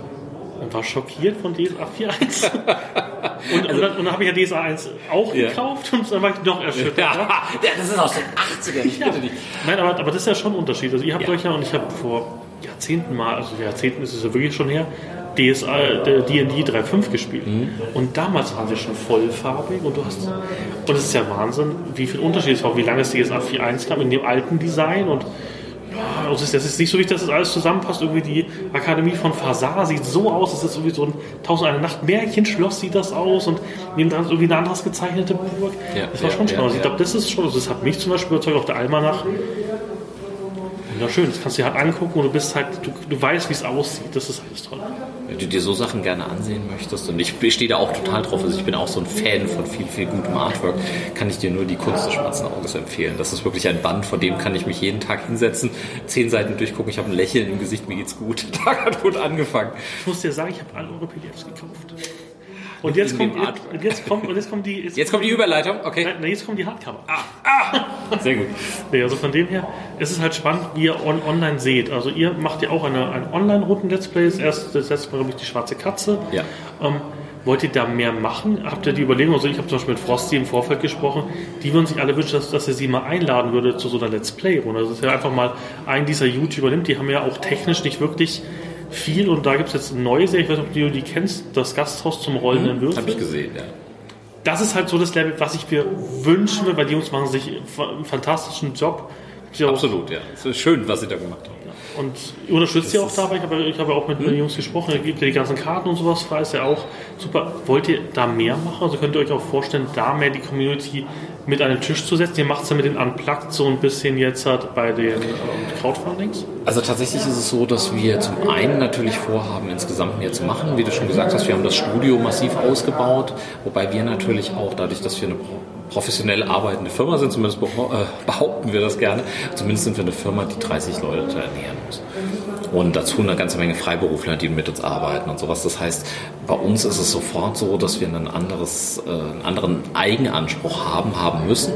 Und war schockiert von D S A vier Punkt eins. Und, also, und, dann, und dann habe ich ja D S A eins auch ja. gekauft und dann war ich noch erschüttert. Ja, ja. ja das ist aus den achtzigern, ich ja. bitte dich. Nein, aber, aber das ist ja schon ein Unterschied. Also ihr habt ja. euch ja, und ich habe vor Jahrzehnten mal, also Jahrzehnten ist es ja wirklich schon her, D S A, D und D drei Punkt fünf gespielt. Mhm. Und damals waren sie schon vollfarbig und du hast, und es ist ja Wahnsinn, wie viel Unterschied es war, wie lange es D S A vier Punkt eins gab in dem alten Design und ja, das ist, das ist nicht so wichtig, dass das alles zusammenpasst. Irgendwie die Akademie von Fasar sieht so aus, das ist irgendwie so ein Tausend eine Nacht Märchenschloss sieht das aus und nebendran ist irgendwie eine anders gezeichnete Burg. Ja, das war ja, schon spannend. Ja, ja. Ich glaube, das ist schon, das hat mich zum Beispiel überzeugt, auch der Almanach. Wunderschön, das kannst du dir halt angucken und du bist halt, du, du weißt, wie es aussieht. Das ist alles toll. Wenn du dir so Sachen gerne ansehen möchtest, und ich stehe da auch total drauf, also ich bin auch so ein Fan von viel, viel gutem Artwork, kann ich dir nur die Kunst des schwarzen Auges empfehlen. Das ist wirklich ein Band, vor dem kann ich mich jeden Tag hinsetzen, zehn Seiten durchgucken, ich habe ein Lächeln im Gesicht, mir geht's gut. Der Tag hat gut angefangen. Ich muss dir sagen, ich habe alle eure P D Fs gekauft. Und jetzt, kommt, und, jetzt kommt, und jetzt kommt die... Jetzt, jetzt kommt die Überleitung, okay. Nein, jetzt kommen die Hardcover. Ah, ah, sehr gut. Nee, also von dem her, es ist halt spannend, wie ihr on, online seht. Also ihr macht ja auch eine, ein Online-Routen-Let's Play. Das erste, das letzte Mal, glaube ich, die schwarze Katze. Ja. Ähm, wollt ihr da mehr machen? Habt ihr die Überlegung, also ich habe zum Beispiel mit Frosty im Vorfeld gesprochen, die würden sich alle wünschen, dass, dass ihr sie mal einladen würde zu so einer Let's Play-Runde. Also dass ihr einfach mal einen dieser YouTuber nimmt, die haben ja auch technisch nicht wirklich viel und da gibt es jetzt eine neue Serie, ich weiß nicht, ob du die kennst, das Gasthaus zum rollenden Würfel. Habe ich gesehen, ja. Das ist halt so das Level, was ich mir wünschen will, weil die Jungs machen sich einen fantastischen Job. Absolut, ja. Es ist schön, was sie da gemacht haben. Und ich unterstütze sie auch dabei. Ich habe, ich habe auch mit hm. den Jungs gesprochen. Da gibt ja die ganzen Karten und sowas frei. Ist ja auch super. Wollt ihr da mehr machen? Also könnt ihr euch auch vorstellen, da mehr die Community mit an den Tisch zu setzen? Ihr macht es ja mit den Unplugged so ein bisschen jetzt halt bei den ähm, Crowdfundings? Also tatsächlich ist es so, dass wir zum einen natürlich vorhaben, insgesamt mehr zu machen. Wie du schon gesagt hast, wir haben das Studio massiv ausgebaut. Wobei wir natürlich auch, dadurch, dass wir eine professionell arbeitende Firma sind, zumindest behaupten wir das gerne, zumindest sind wir eine Firma, die dreißig Leute ernähren muss. Und dazu eine ganze Menge Freiberufler, die mit uns arbeiten und sowas. Das heißt, bei uns ist es sofort so, dass wir ein anderes, äh, einen anderen Eigenanspruch haben, haben müssen.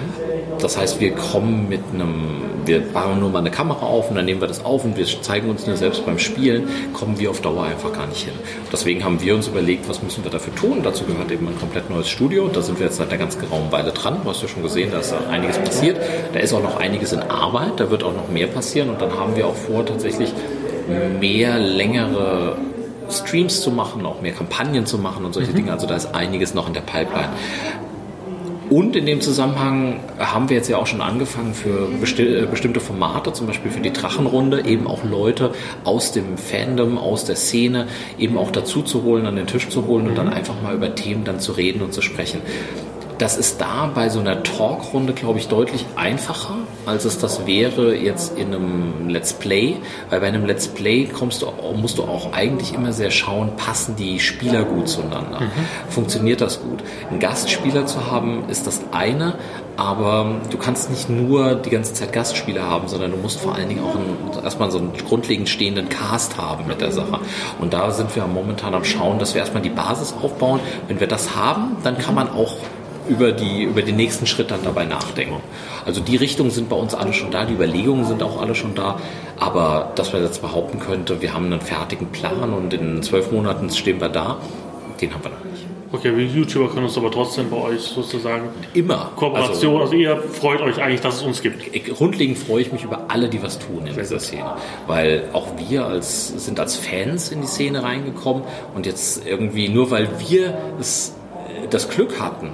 Das heißt, wir kommen mit einem, wir bauen nur mal eine Kamera auf und dann nehmen wir das auf und wir zeigen uns nur selbst beim Spielen, kommen wir auf Dauer einfach gar nicht hin. Deswegen haben wir uns überlegt, was müssen wir dafür tun. Dazu gehört eben ein komplett neues Studio. Da sind wir jetzt seit einer ganz geraumen Weile dran. Du hast ja schon gesehen, da ist einiges passiert. Da ist auch noch einiges in Arbeit, da wird auch noch mehr passieren und dann haben wir auch vor, tatsächlich mehr längere Streams zu machen, auch mehr Kampagnen zu machen und solche mhm. Dinge. Also da ist einiges noch in der Pipeline. Und in dem Zusammenhang haben wir jetzt ja auch schon angefangen für besti- bestimmte Formate, zum Beispiel für die Drachenrunde, eben auch Leute aus dem Fandom, aus der Szene, eben auch dazu zu holen, an den Tisch zu holen und dann einfach mal über Themen dann zu reden und zu sprechen. Das ist da bei so einer Talkrunde, glaube ich, deutlich einfacher, als es das wäre jetzt in einem Let's Play. Weil bei einem Let's Play kommst du, musst du auch eigentlich immer sehr schauen, passen die Spieler gut zueinander? Mhm. Funktioniert das gut? Einen Gastspieler zu haben, ist das eine, aber du kannst nicht nur die ganze Zeit Gastspieler haben, sondern du musst vor allen Dingen auch einen, erstmal so einen grundlegend stehenden Cast haben mit der Sache. Und da sind wir momentan am Schauen, dass wir erstmal die Basis aufbauen. Wenn wir das haben, dann kann man auch über die über den nächsten Schritt dann dabei nachdenken. Also die Richtungen sind bei uns alle schon da, die Überlegungen sind auch alle schon da, aber dass man jetzt behaupten könnte, wir haben einen fertigen Plan und in zwölf Monaten stehen wir da, den haben wir noch nicht. Okay, wir YouTuber können uns aber trotzdem bei euch sozusagen immer Kooperation, also, also ihr freut euch eigentlich, dass es uns gibt. Grundlegend freue ich mich über alle, die was tun in dieser Szene, weil auch wir als, sind als Fans in die Szene reingekommen und jetzt irgendwie nur weil wir es, das Glück hatten,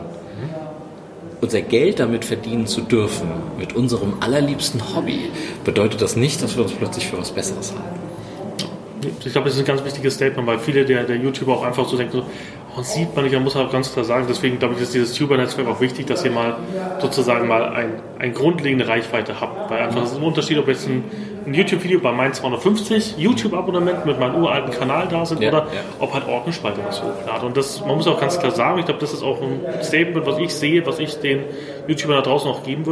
unser Geld damit verdienen zu dürfen, mit unserem allerliebsten Hobby, bedeutet das nicht, dass wir uns plötzlich für was Besseres halten. Ich glaube, das ist ein ganz wichtiges Statement, weil viele der, der YouTuber auch einfach so denken, so, oh, sieht man nicht, man muss auch ganz klar sagen, deswegen glaube ich, ist dieses Tuber-Netzwerk auch wichtig, dass ihr mal sozusagen mal ein, eine grundlegende Reichweite habt, weil einfach es ist ein Unterschied, ob jetzt ein, ein YouTube-Video bei meinen zweihundertfünfzig YouTube-Abonnenten mit meinem uralten Kanal da sind ja, oder ja. ob halt Ordnungsspalte was hochladen. Und das, man muss auch ganz klar sagen, ich glaube, das ist auch ein Statement, was ich sehe, was ich den YouTubern da draußen auch geben würde.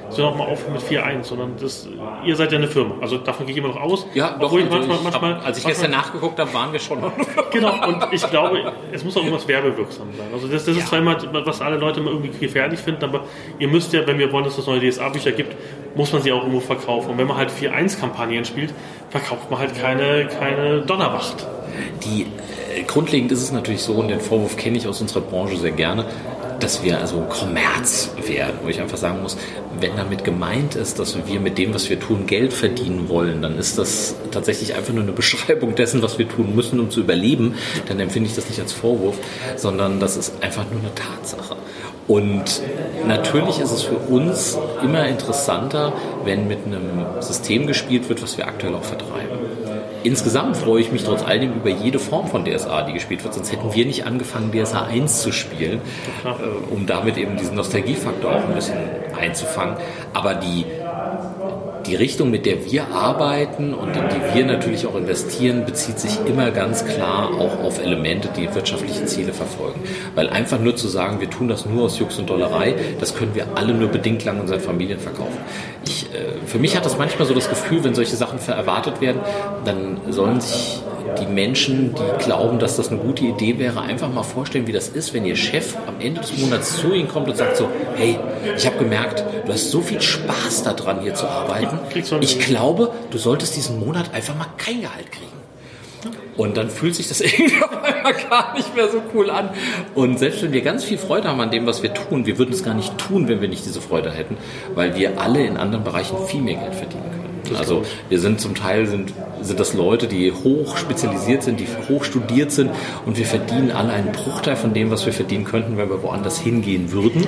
so nochmal aufhören mit vier eins, sondern das, ihr seid ja eine Firma. Also davon gehe ich immer noch aus. Ja, doch, ich manchmal, manchmal, hab, als ich gestern nachgeguckt habe, waren wir schon noch. Genau, und ich glaube, es muss auch irgendwas werbewirksam sein. Also das, das ja. ist zwar immer, was alle Leute immer irgendwie gefährlich finden, aber ihr müsst ja, wenn wir wollen, dass es neue D S A-Bücher gibt, muss man sie auch irgendwo verkaufen. Und wenn man halt vier eins Kampagnen spielt, verkauft man halt keine, keine Donnerwacht. Die, äh, grundlegend ist es natürlich so, und den Vorwurf kenne ich aus unserer Branche sehr gerne, dass wir also Kommerz werden, wo ich einfach sagen muss, wenn damit gemeint ist, dass wir mit dem, was wir tun, Geld verdienen wollen, dann ist das tatsächlich einfach nur eine Beschreibung dessen, was wir tun müssen, um zu überleben. Dann empfinde ich das nicht als Vorwurf, sondern das ist einfach nur eine Tatsache. Und natürlich ist es für uns immer interessanter, wenn mit einem System gespielt wird, was wir aktuell auch vertreiben. Insgesamt freue ich mich trotz alledem über jede Form von D S A, die gespielt wird. Sonst hätten wir nicht angefangen, D S A eins zu spielen, äh, um damit eben diesen Nostalgiefaktor auch ein bisschen einzufangen. Aber die, die Richtung, mit der wir arbeiten und in die wir natürlich auch investieren, bezieht sich immer ganz klar auch auf Elemente, die wirtschaftliche Ziele verfolgen. Weil einfach nur zu sagen, wir tun das nur aus Jux und Dollerei, das können wir alle nur bedingt lang unseren Familien verkaufen. Ich, äh, für mich hat das manchmal so das Gefühl, wenn solche Sachen erwartet werden, dann sollen sich die Menschen, die glauben, dass das eine gute Idee wäre, einfach mal vorstellen, wie das ist, wenn ihr Chef am Ende des Monats zu Ihnen kommt und sagt so, hey, ich habe gemerkt, du hast so viel Spaß daran, hier zu arbeiten. Ich glaube, du solltest diesen Monat einfach mal kein Gehalt kriegen. Und dann fühlt sich das irgendwie auf einmal gar nicht mehr so cool an. Und selbst wenn wir ganz viel Freude haben an dem, was wir tun, wir würden es gar nicht tun, wenn wir nicht diese Freude hätten, weil wir alle in anderen Bereichen viel mehr Geld verdienen können. Also wir sind zum Teil sind, sind das Leute, die hoch spezialisiert sind, die hoch studiert sind und wir verdienen alle einen Bruchteil von dem, was wir verdienen könnten, wenn wir woanders hingehen würden.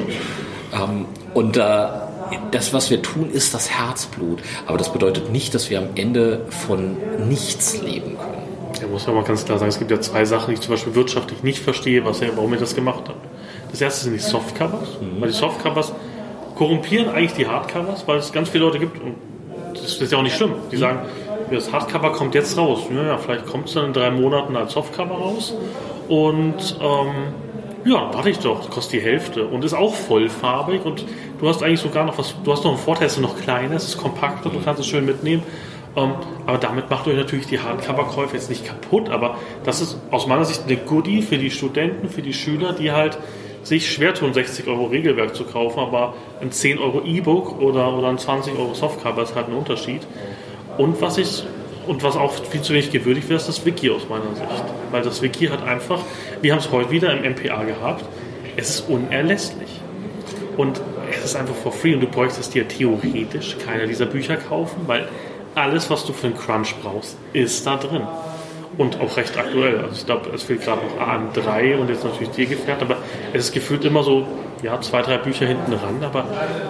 Und das, was wir tun, ist das Herzblut. Aber das bedeutet nicht, dass wir am Ende von nichts leben können. Ja, muss man mal ganz klar sagen, es gibt ja zwei Sachen, die ich zum Beispiel wirtschaftlich nicht verstehe, was er, warum ihr das gemacht habt. Das erste sind die Softcovers, mhm. weil die Softcovers korrumpieren eigentlich die Hardcovers, weil es ganz viele Leute gibt, und das ist ja auch nicht schlimm, die sagen, das Hardcover kommt jetzt raus, ja, ja vielleicht kommt es dann in drei Monaten als Softcover raus und ähm, ja, warte ich doch, kostet die Hälfte und ist auch vollfarbig und du hast eigentlich sogar noch was, du hast noch einen Vorteil, es ist noch kleiner, es ist kompakter, du kannst es schön mitnehmen. Um, aber damit macht euch natürlich die Hardcover-Käufe jetzt nicht kaputt, aber das ist aus meiner Sicht eine Goodie für die Studenten, für die Schüler, die halt sich schwer tun, sechzig Euro Regelwerk zu kaufen, aber ein zehn Euro E-Book oder, oder ein zwanzig Euro Softcover ist halt ein Unterschied. Und was ich und was auch viel zu wenig gewürdigt wird, ist das Wiki aus meiner Sicht. Weil das Wiki hat einfach, wir haben es heute wieder im M P A gehabt, es ist unerlässlich. Und es ist einfach for free und du bräuchtest dir theoretisch keine dieser Bücher kaufen, weil alles, was du für einen Crunch brauchst, ist da drin. Und auch recht aktuell. Also ich glaube, es fehlt gerade noch A M drei und jetzt natürlich dir gefährt, aber es ist gefühlt immer so, ja, zwei, drei Bücher hinten ran, aber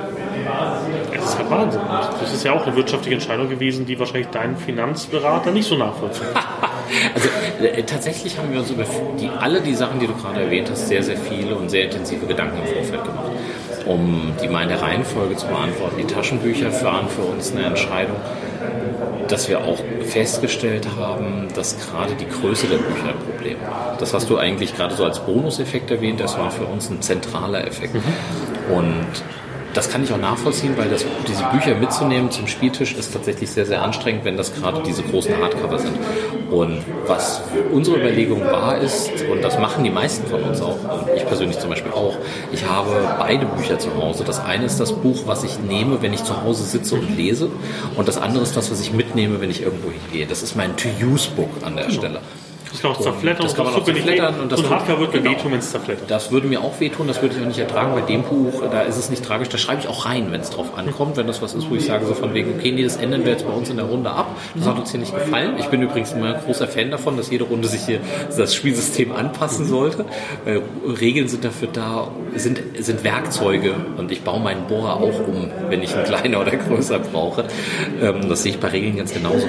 es ist halt Wahnsinn. Das ist ja auch eine wirtschaftliche Entscheidung gewesen, die wahrscheinlich dein Finanzberater nicht so nachvollziehen. Also äh, tatsächlich haben wir uns über die, alle die Sachen, die du gerade erwähnt hast, sehr, sehr viele und sehr intensive Gedanken im Vorfeld gemacht. Um die mal in der Reihenfolge zu beantworten, die Taschenbücher waren für uns eine Entscheidung, dass wir auch festgestellt haben, dass gerade die Größe der Bücher ein Problem war. Das hast du eigentlich gerade so als Bonuseffekt erwähnt, das war für uns ein zentraler Effekt. Mhm. Und das kann ich auch nachvollziehen, weil das, diese Bücher mitzunehmen zum Spieltisch ist tatsächlich sehr, sehr anstrengend, wenn das gerade diese großen Hardcover sind. Und was unsere Überlegung war ist, und das machen die meisten von uns auch, und ich persönlich zum Beispiel auch, ich habe beide Bücher zu Hause. Das eine ist das Buch, was ich nehme, wenn ich zu Hause sitze und lese, und das andere ist das, was ich mitnehme, wenn ich irgendwo hingehe. Das ist mein To-Use-Book an der Stelle. Das kann auch zerflettern. Das kann man auch zerflettern. Und das so Hardcover würde mir wehtun, wenn es zerflettert. Das würde mir auch wehtun, das würde ich auch nicht ertragen. Bei dem Buch, da ist es nicht tragisch, da schreibe ich auch rein, wenn es drauf ankommt. Wenn das was ist, wo ich sage, so von wegen, okay, nee, das ändern wir jetzt bei uns in der Runde ab. Das hat uns hier nicht gefallen. Ich bin übrigens immer ein großer Fan davon, dass jede Runde sich hier das Spielsystem anpassen sollte. Weil Regeln sind dafür da, sind, sind Werkzeuge, und ich baue meinen Bohrer auch um, wenn ich einen kleiner oder größer brauche. Das sehe ich bei Regeln ganz genauso.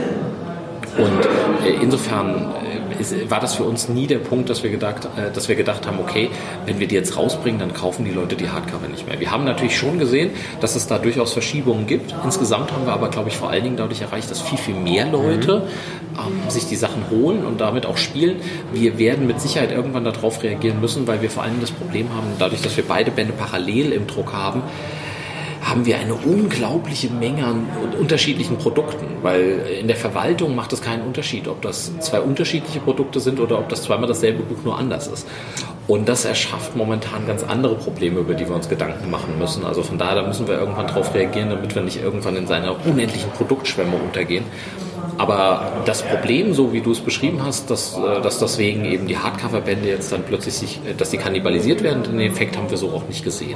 Und insofern war das für uns nie der Punkt, dass wir gedacht, dass wir gedacht haben, okay, wenn wir die jetzt rausbringen, dann kaufen die Leute die Hardcover nicht mehr. Wir haben natürlich schon gesehen, dass es da durchaus Verschiebungen gibt. Insgesamt haben wir aber, glaube ich, vor allen Dingen dadurch erreicht, dass viel, viel mehr Leute ähm, sich die Sachen holen und damit auch spielen. Wir werden mit Sicherheit irgendwann darauf reagieren müssen, weil wir vor allem das Problem haben, dadurch, dass wir beide Bände parallel im Druck haben, haben wir eine unglaubliche Menge an unterschiedlichen Produkten, weil in der Verwaltung macht es keinen Unterschied, ob das zwei unterschiedliche Produkte sind oder ob das zweimal dasselbe Buch nur anders ist. Und das erschafft momentan ganz andere Probleme, über die wir uns Gedanken machen müssen. Also von daher, da müssen wir irgendwann drauf reagieren, damit wir nicht irgendwann in seiner unendlichen Produktschwemme untergehen. Aber das Problem, so wie du es beschrieben hast, dass, dass deswegen eben die Hardcover-Bände jetzt dann plötzlich sich, dass die kannibalisiert werden, den Effekt haben wir so auch nicht gesehen.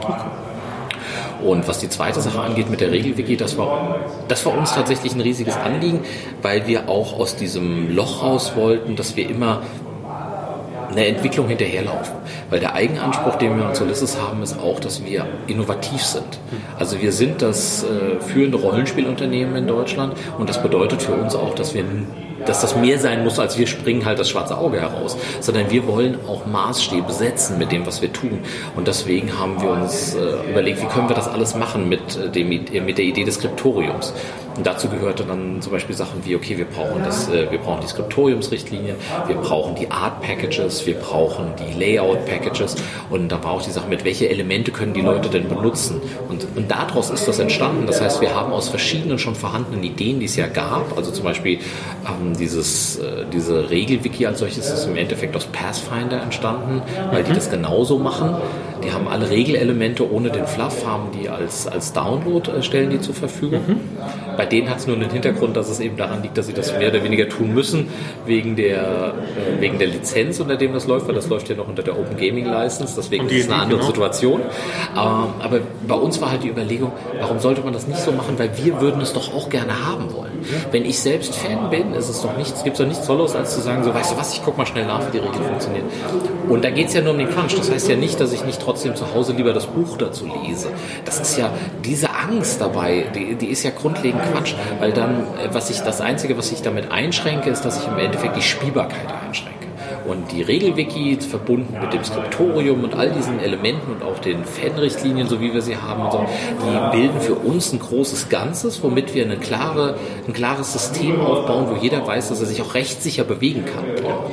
Und was die zweite Sache angeht mit der Regelwiki, das war, das war uns tatsächlich ein riesiges Anliegen, weil wir auch aus diesem Loch raus wollten, dass wir immer eine Entwicklung hinterherlaufen. Weil der Eigenanspruch, den wir an Solisys haben, ist auch, dass wir innovativ sind. Also wir sind das äh, führende Rollenspielunternehmen in Deutschland und das bedeutet für uns auch, dass wir dass das mehr sein muss, als wir springen halt das schwarze Auge heraus, sondern wir wollen auch Maßstäbe setzen mit dem, was wir tun. Und deswegen haben wir uns äh, überlegt, wie können wir das alles machen mit, äh, dem, mit der Idee des Skriptoriums. Und dazu gehörte dann zum Beispiel Sachen wie, okay, wir brauchen, das, äh, wir brauchen die Skriptoriumsrichtlinie, wir brauchen die Art-Packages, wir brauchen die Layout-Packages und da war auch die Sache mit, welche Elemente können die Leute denn benutzen. Und, und daraus ist das entstanden. Das heißt, wir haben aus verschiedenen schon vorhandenen Ideen, die es ja gab, also zum Beispiel ähm, dieses, äh, diese Regelwiki als solches ist im Endeffekt aus Pathfinder entstanden, weil die das genauso machen. Die haben alle Regelelemente ohne den Fluff, haben die als, als Download, äh, stellen die zur Verfügung. Mhm. Bei denen hat es nur einen Hintergrund, dass es eben daran liegt, dass sie das mehr oder weniger tun müssen, wegen der, äh, wegen der Lizenz, unter dem das läuft, weil das läuft ja noch unter der Open Gaming License, deswegen ist es eine andere genau. Situation. Aber, aber bei uns war halt die Überlegung, warum sollte man das nicht so machen, weil wir würden es doch auch gerne haben wollen. Ja. Wenn ich selbst Fan bin, ist es doch nichts, gibt es doch nichts Tolles, als zu sagen, so, weißt du was, ich guck mal schnell nach, wie die Regel funktioniert. Und da geht es ja nur um den Crunch. Das heißt ja nicht, dass ich nicht trotzdem zu Hause lieber das Buch dazu lese. Das ist ja, diese Angst dabei, die, die ist ja grundlegend Quatsch, weil dann, was ich, das Einzige, was ich damit einschränke, ist, dass ich im Endeffekt die Spielbarkeit einschränke. Und die Regelwiki verbunden mit dem Skriptorium und all diesen Elementen und auch den Fanrichtlinien, so wie wir sie haben, und so, die bilden für uns ein großes Ganzes, womit wir eine klare, ein klares System aufbauen, wo jeder weiß, dass er sich auch rechtssicher bewegen kann.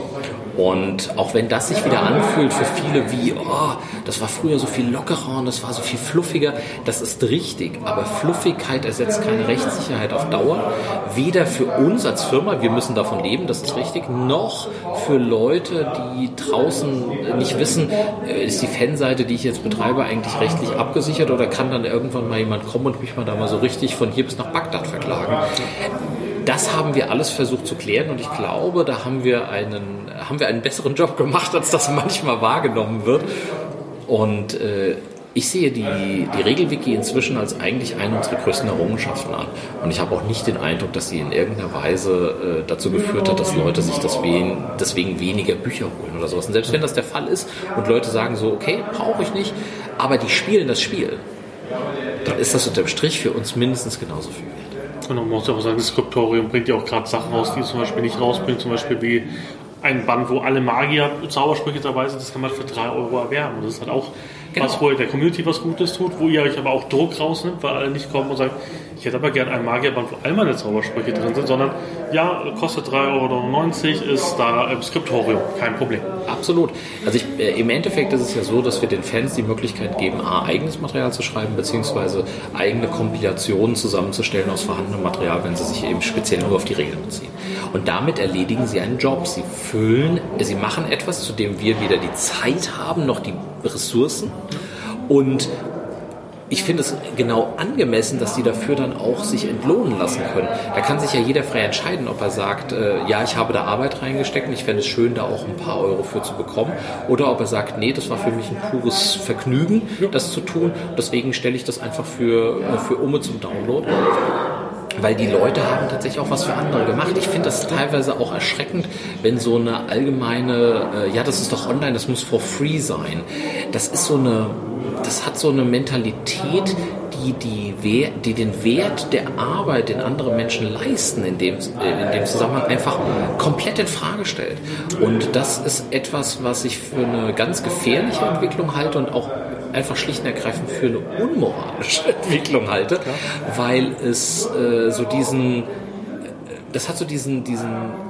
Und auch wenn das sich wieder anfühlt für viele wie, oh, das war früher so viel lockerer und das war so viel fluffiger, das ist richtig, aber Fluffigkeit ersetzt keine Rechtssicherheit auf Dauer, weder für uns als Firma, wir müssen davon leben, das ist richtig, noch für Leute, die draußen nicht wissen, ist die Fanseite, die ich jetzt betreibe, eigentlich rechtlich abgesichert oder kann dann irgendwann mal jemand kommen und mich mal da mal so richtig von hier bis nach Bagdad verklagen. Das haben wir alles versucht zu klären und ich glaube, da haben wir einen, haben wir einen besseren Job gemacht, als das manchmal wahrgenommen wird. Und äh, ich sehe die, die Regelwiki inzwischen als eigentlich eine unserer größten Errungenschaften an. Und ich habe auch nicht den Eindruck, dass sie in irgendeiner Weise äh, dazu geführt hat, dass Leute sich deswegen, deswegen weniger Bücher holen oder sowas. Und selbst wenn das der Fall ist und Leute sagen so, okay, brauche ich nicht, aber die spielen das Spiel, dann ist das unterm Strich für uns mindestens genauso viel wert. Und man muss auch sagen, das Skriptorium bringt ja auch gerade Sachen raus, die es zum Beispiel nicht rausbringt, zum Beispiel wie ein Band, wo alle Magier Zaubersprüche dabei sind, das kann man für drei Euro erwerben. Und das ist halt auch genau. was, wo der Community was Gutes tut, wo ihr euch aber auch Druck rausnimmt, weil alle nicht kommen und sagen, ich hätte aber gerne ein Magierband, wo all meine Zaubersprüche drin sind, sondern ja, kostet drei Euro neunundneunzig, ist da im Skriptorium, kein Problem. Absolut. Also ich, äh, im Endeffekt ist es ja so, dass wir den Fans die Möglichkeit geben, A, eigenes Material zu schreiben, beziehungsweise eigene Kompilationen zusammenzustellen aus vorhandenem Material, wenn sie sich eben speziell nur auf die Regeln beziehen. Und damit erledigen sie einen Job. Sie füllen, sie machen etwas, zu dem wir weder die Zeit haben, noch die Ressourcen. Und ich finde es genau angemessen, dass die dafür dann auch sich entlohnen lassen können. Da kann sich ja jeder frei entscheiden, ob er sagt, äh, ja, ich habe da Arbeit reingesteckt und ich fände es schön, da auch ein paar Euro für zu bekommen. Oder ob er sagt, nee, das war für mich ein pures Vergnügen, das zu tun. Deswegen stelle ich das einfach für, äh, für Umme zum Download. Weil die Leute haben tatsächlich auch was für andere gemacht. Ich finde das teilweise auch erschreckend, wenn so eine allgemeine, äh, ja, das ist doch online, das muss for free sein. Das ist so eine, das hat so eine Mentalität, die, die, die den Wert der Arbeit, den andere Menschen leisten, in dem, in dem Zusammenhang einfach komplett in Frage stellt. Und das ist etwas, was ich für eine ganz gefährliche Entwicklung halte und auch einfach schlicht und ergreifend für eine unmoralische Entwicklung halte, ja. weil es äh, so diesen, das hat so diesen, diesen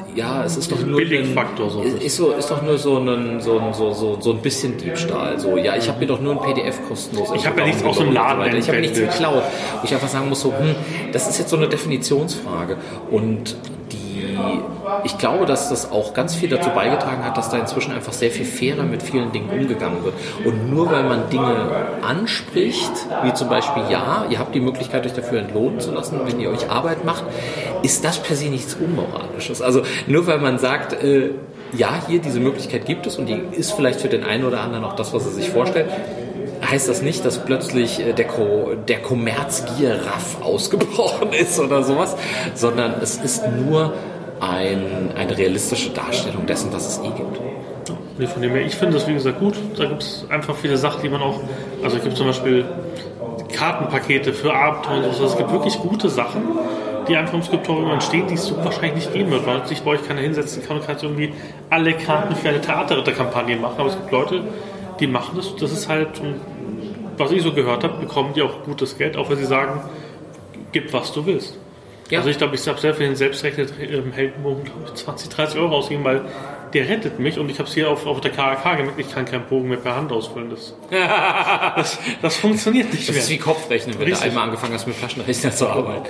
ja, es ist doch nur Billigfaktor so. Ist, ist so, ist doch nur so ein, so ein, so, so, so ein bisschen Diebstahl. So, ja, ich habe mir doch nur ein P D F kostenlos. Ich habe ja nichts aus dem Laden. So ich habe nichts geklaut. Wo ich einfach sagen muss, so, hm, das ist jetzt so eine Definitionsfrage. Und die, ich glaube, dass das auch ganz viel dazu beigetragen hat, dass da inzwischen einfach sehr viel fairer mit vielen Dingen umgegangen wird. Und nur weil man Dinge anspricht, wie zum Beispiel, ja, ihr habt die Möglichkeit, euch dafür entlohnen zu lassen, wenn ihr euch Arbeit macht, ist das per se nichts Unmoralisches. Also nur weil man sagt, äh, ja, hier diese Möglichkeit gibt es und die ist vielleicht für den einen oder anderen auch das, was er sich vorstellt, heißt das nicht, dass plötzlich der, Ko- der Kommerzgier-Raff ausgebrochen ist oder sowas, sondern es ist nur ein, eine realistische Darstellung dessen, was es eh gibt. Nee, von dem her, ich finde das, wie gesagt, gut. Da gibt es einfach viele Sachen, die man auch, also es gibt zum Beispiel Kartenpakete für Abenteuer und so. Es gibt wirklich gute Sachen, die einfach im Skriptorium entstehen, die es so wahrscheinlich nicht geben wird, weil sich bei euch keiner hinsetzen kann und kann irgendwie alle Karten für eine Theaterritterkampagne machen. Aber es gibt Leute, die machen das. Das ist halt, was ich so gehört habe, bekommen die auch gutes Geld, auch wenn sie sagen, gib was du willst. Ja. Also ich glaube, ich habe sehr für den selbstrechnet Heldenbogen, glaube ich, zwanzig, dreißig Euro ausgegeben, weil der rettet mich und ich habe es hier auf, auf der K A K gemerkt, ich kann keinen Bogen mehr per Hand ausfüllen. Das, das, das funktioniert nicht das mehr. Das ist wie Kopfrechnen, wenn Richtig. du einmal angefangen hast, mit Flaschenrechner zu arbeiten.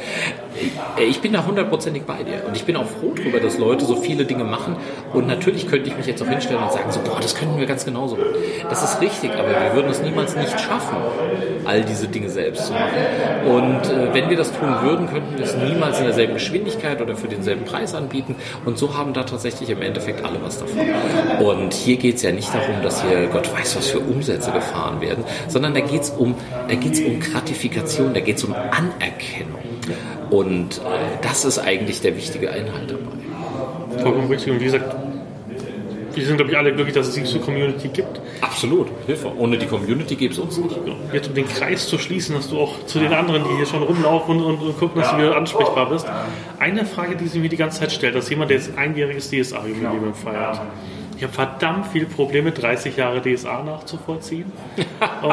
Ich bin da hundertprozentig bei dir und ich bin auch froh darüber, dass Leute so viele Dinge machen und natürlich könnte ich mich jetzt auch hinstellen und sagen, so, boah, das könnten wir ganz genauso machen. Das ist richtig, aber wir würden es niemals nicht schaffen, all diese Dinge selbst zu machen. Und äh, wenn wir das tun würden, könnten wir es niemals in derselben Geschwindigkeit oder für denselben Preis anbieten und so haben da tatsächlich im Endeffekt alle was davon. Und hier geht es ja nicht darum, dass hier Gott weiß was für Umsätze gefahren werden, sondern da geht es um, da geht's um Gratifikation, da geht es um Anerkennung. Und äh, das ist eigentlich der wichtige Inhalt dabei. Vollkommen richtig. Und wie gesagt, wir sind, glaube ich, alle glücklich, dass es diese Community gibt. Absolut. Hilfe. Ohne die Community gäbe es uns nicht. Jetzt, um den Kreis zu schließen, dass du auch zu den anderen, die hier schon rumlaufen und, und, und gucken, dass du wieder ansprechbar bist. Eine Frage, die sich mir die ganze Zeit stellt, dass jemand, der jetzt einjähriges D S A-Jubiläum feiert. Ich habe verdammt viele Probleme, dreißig Jahre D S A nachzuvollziehen. um,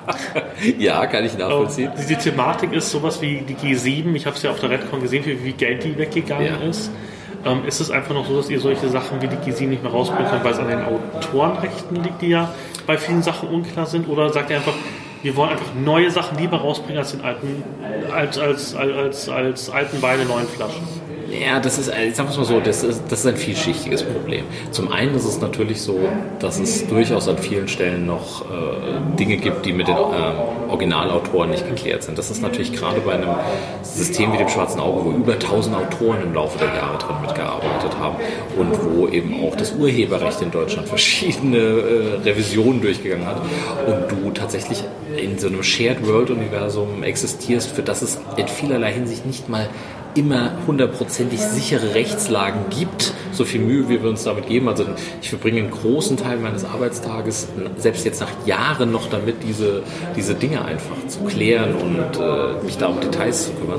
ja, kann ich nachvollziehen. Um, die Thematik ist sowas wie die G sieben. Ich habe es ja auf der Redcon gesehen, wie viel Geld die weggegangen ja. ist. Ähm, ist es einfach noch so, dass ihr solche Sachen wie die G sieben nicht mehr rausbringen könnt, weil es an den Autorenrechten liegt, die ja bei vielen Sachen unklar sind? Oder sagt ihr einfach, wir wollen einfach neue Sachen lieber rausbringen als den alten, als, als, als, als, als alten Weine, neuen Flaschen? Ja, das ist, ich sag mal so, das ist, das ist ein vielschichtiges Problem. Zum einen ist es natürlich so, dass es durchaus an vielen Stellen noch äh, Dinge gibt, die mit den äh, Originalautoren nicht geklärt sind. Das ist natürlich gerade bei einem System wie dem Schwarzen Auge, wo über tausend Autoren im Laufe der Jahre dran mitgearbeitet haben und wo eben auch das Urheberrecht in Deutschland verschiedene äh, Revisionen durchgegangen hat und du tatsächlich in so einem Shared-World-Universum existierst, für das es in vielerlei Hinsicht nicht mal immer hundertprozentig sichere Rechtslagen gibt, so viel Mühe, wie wir uns damit geben. Also ich verbringe einen großen Teil meines Arbeitstages, selbst jetzt nach Jahren noch damit, diese, diese Dinge einfach zu klären und äh, mich da um Details zu kümmern.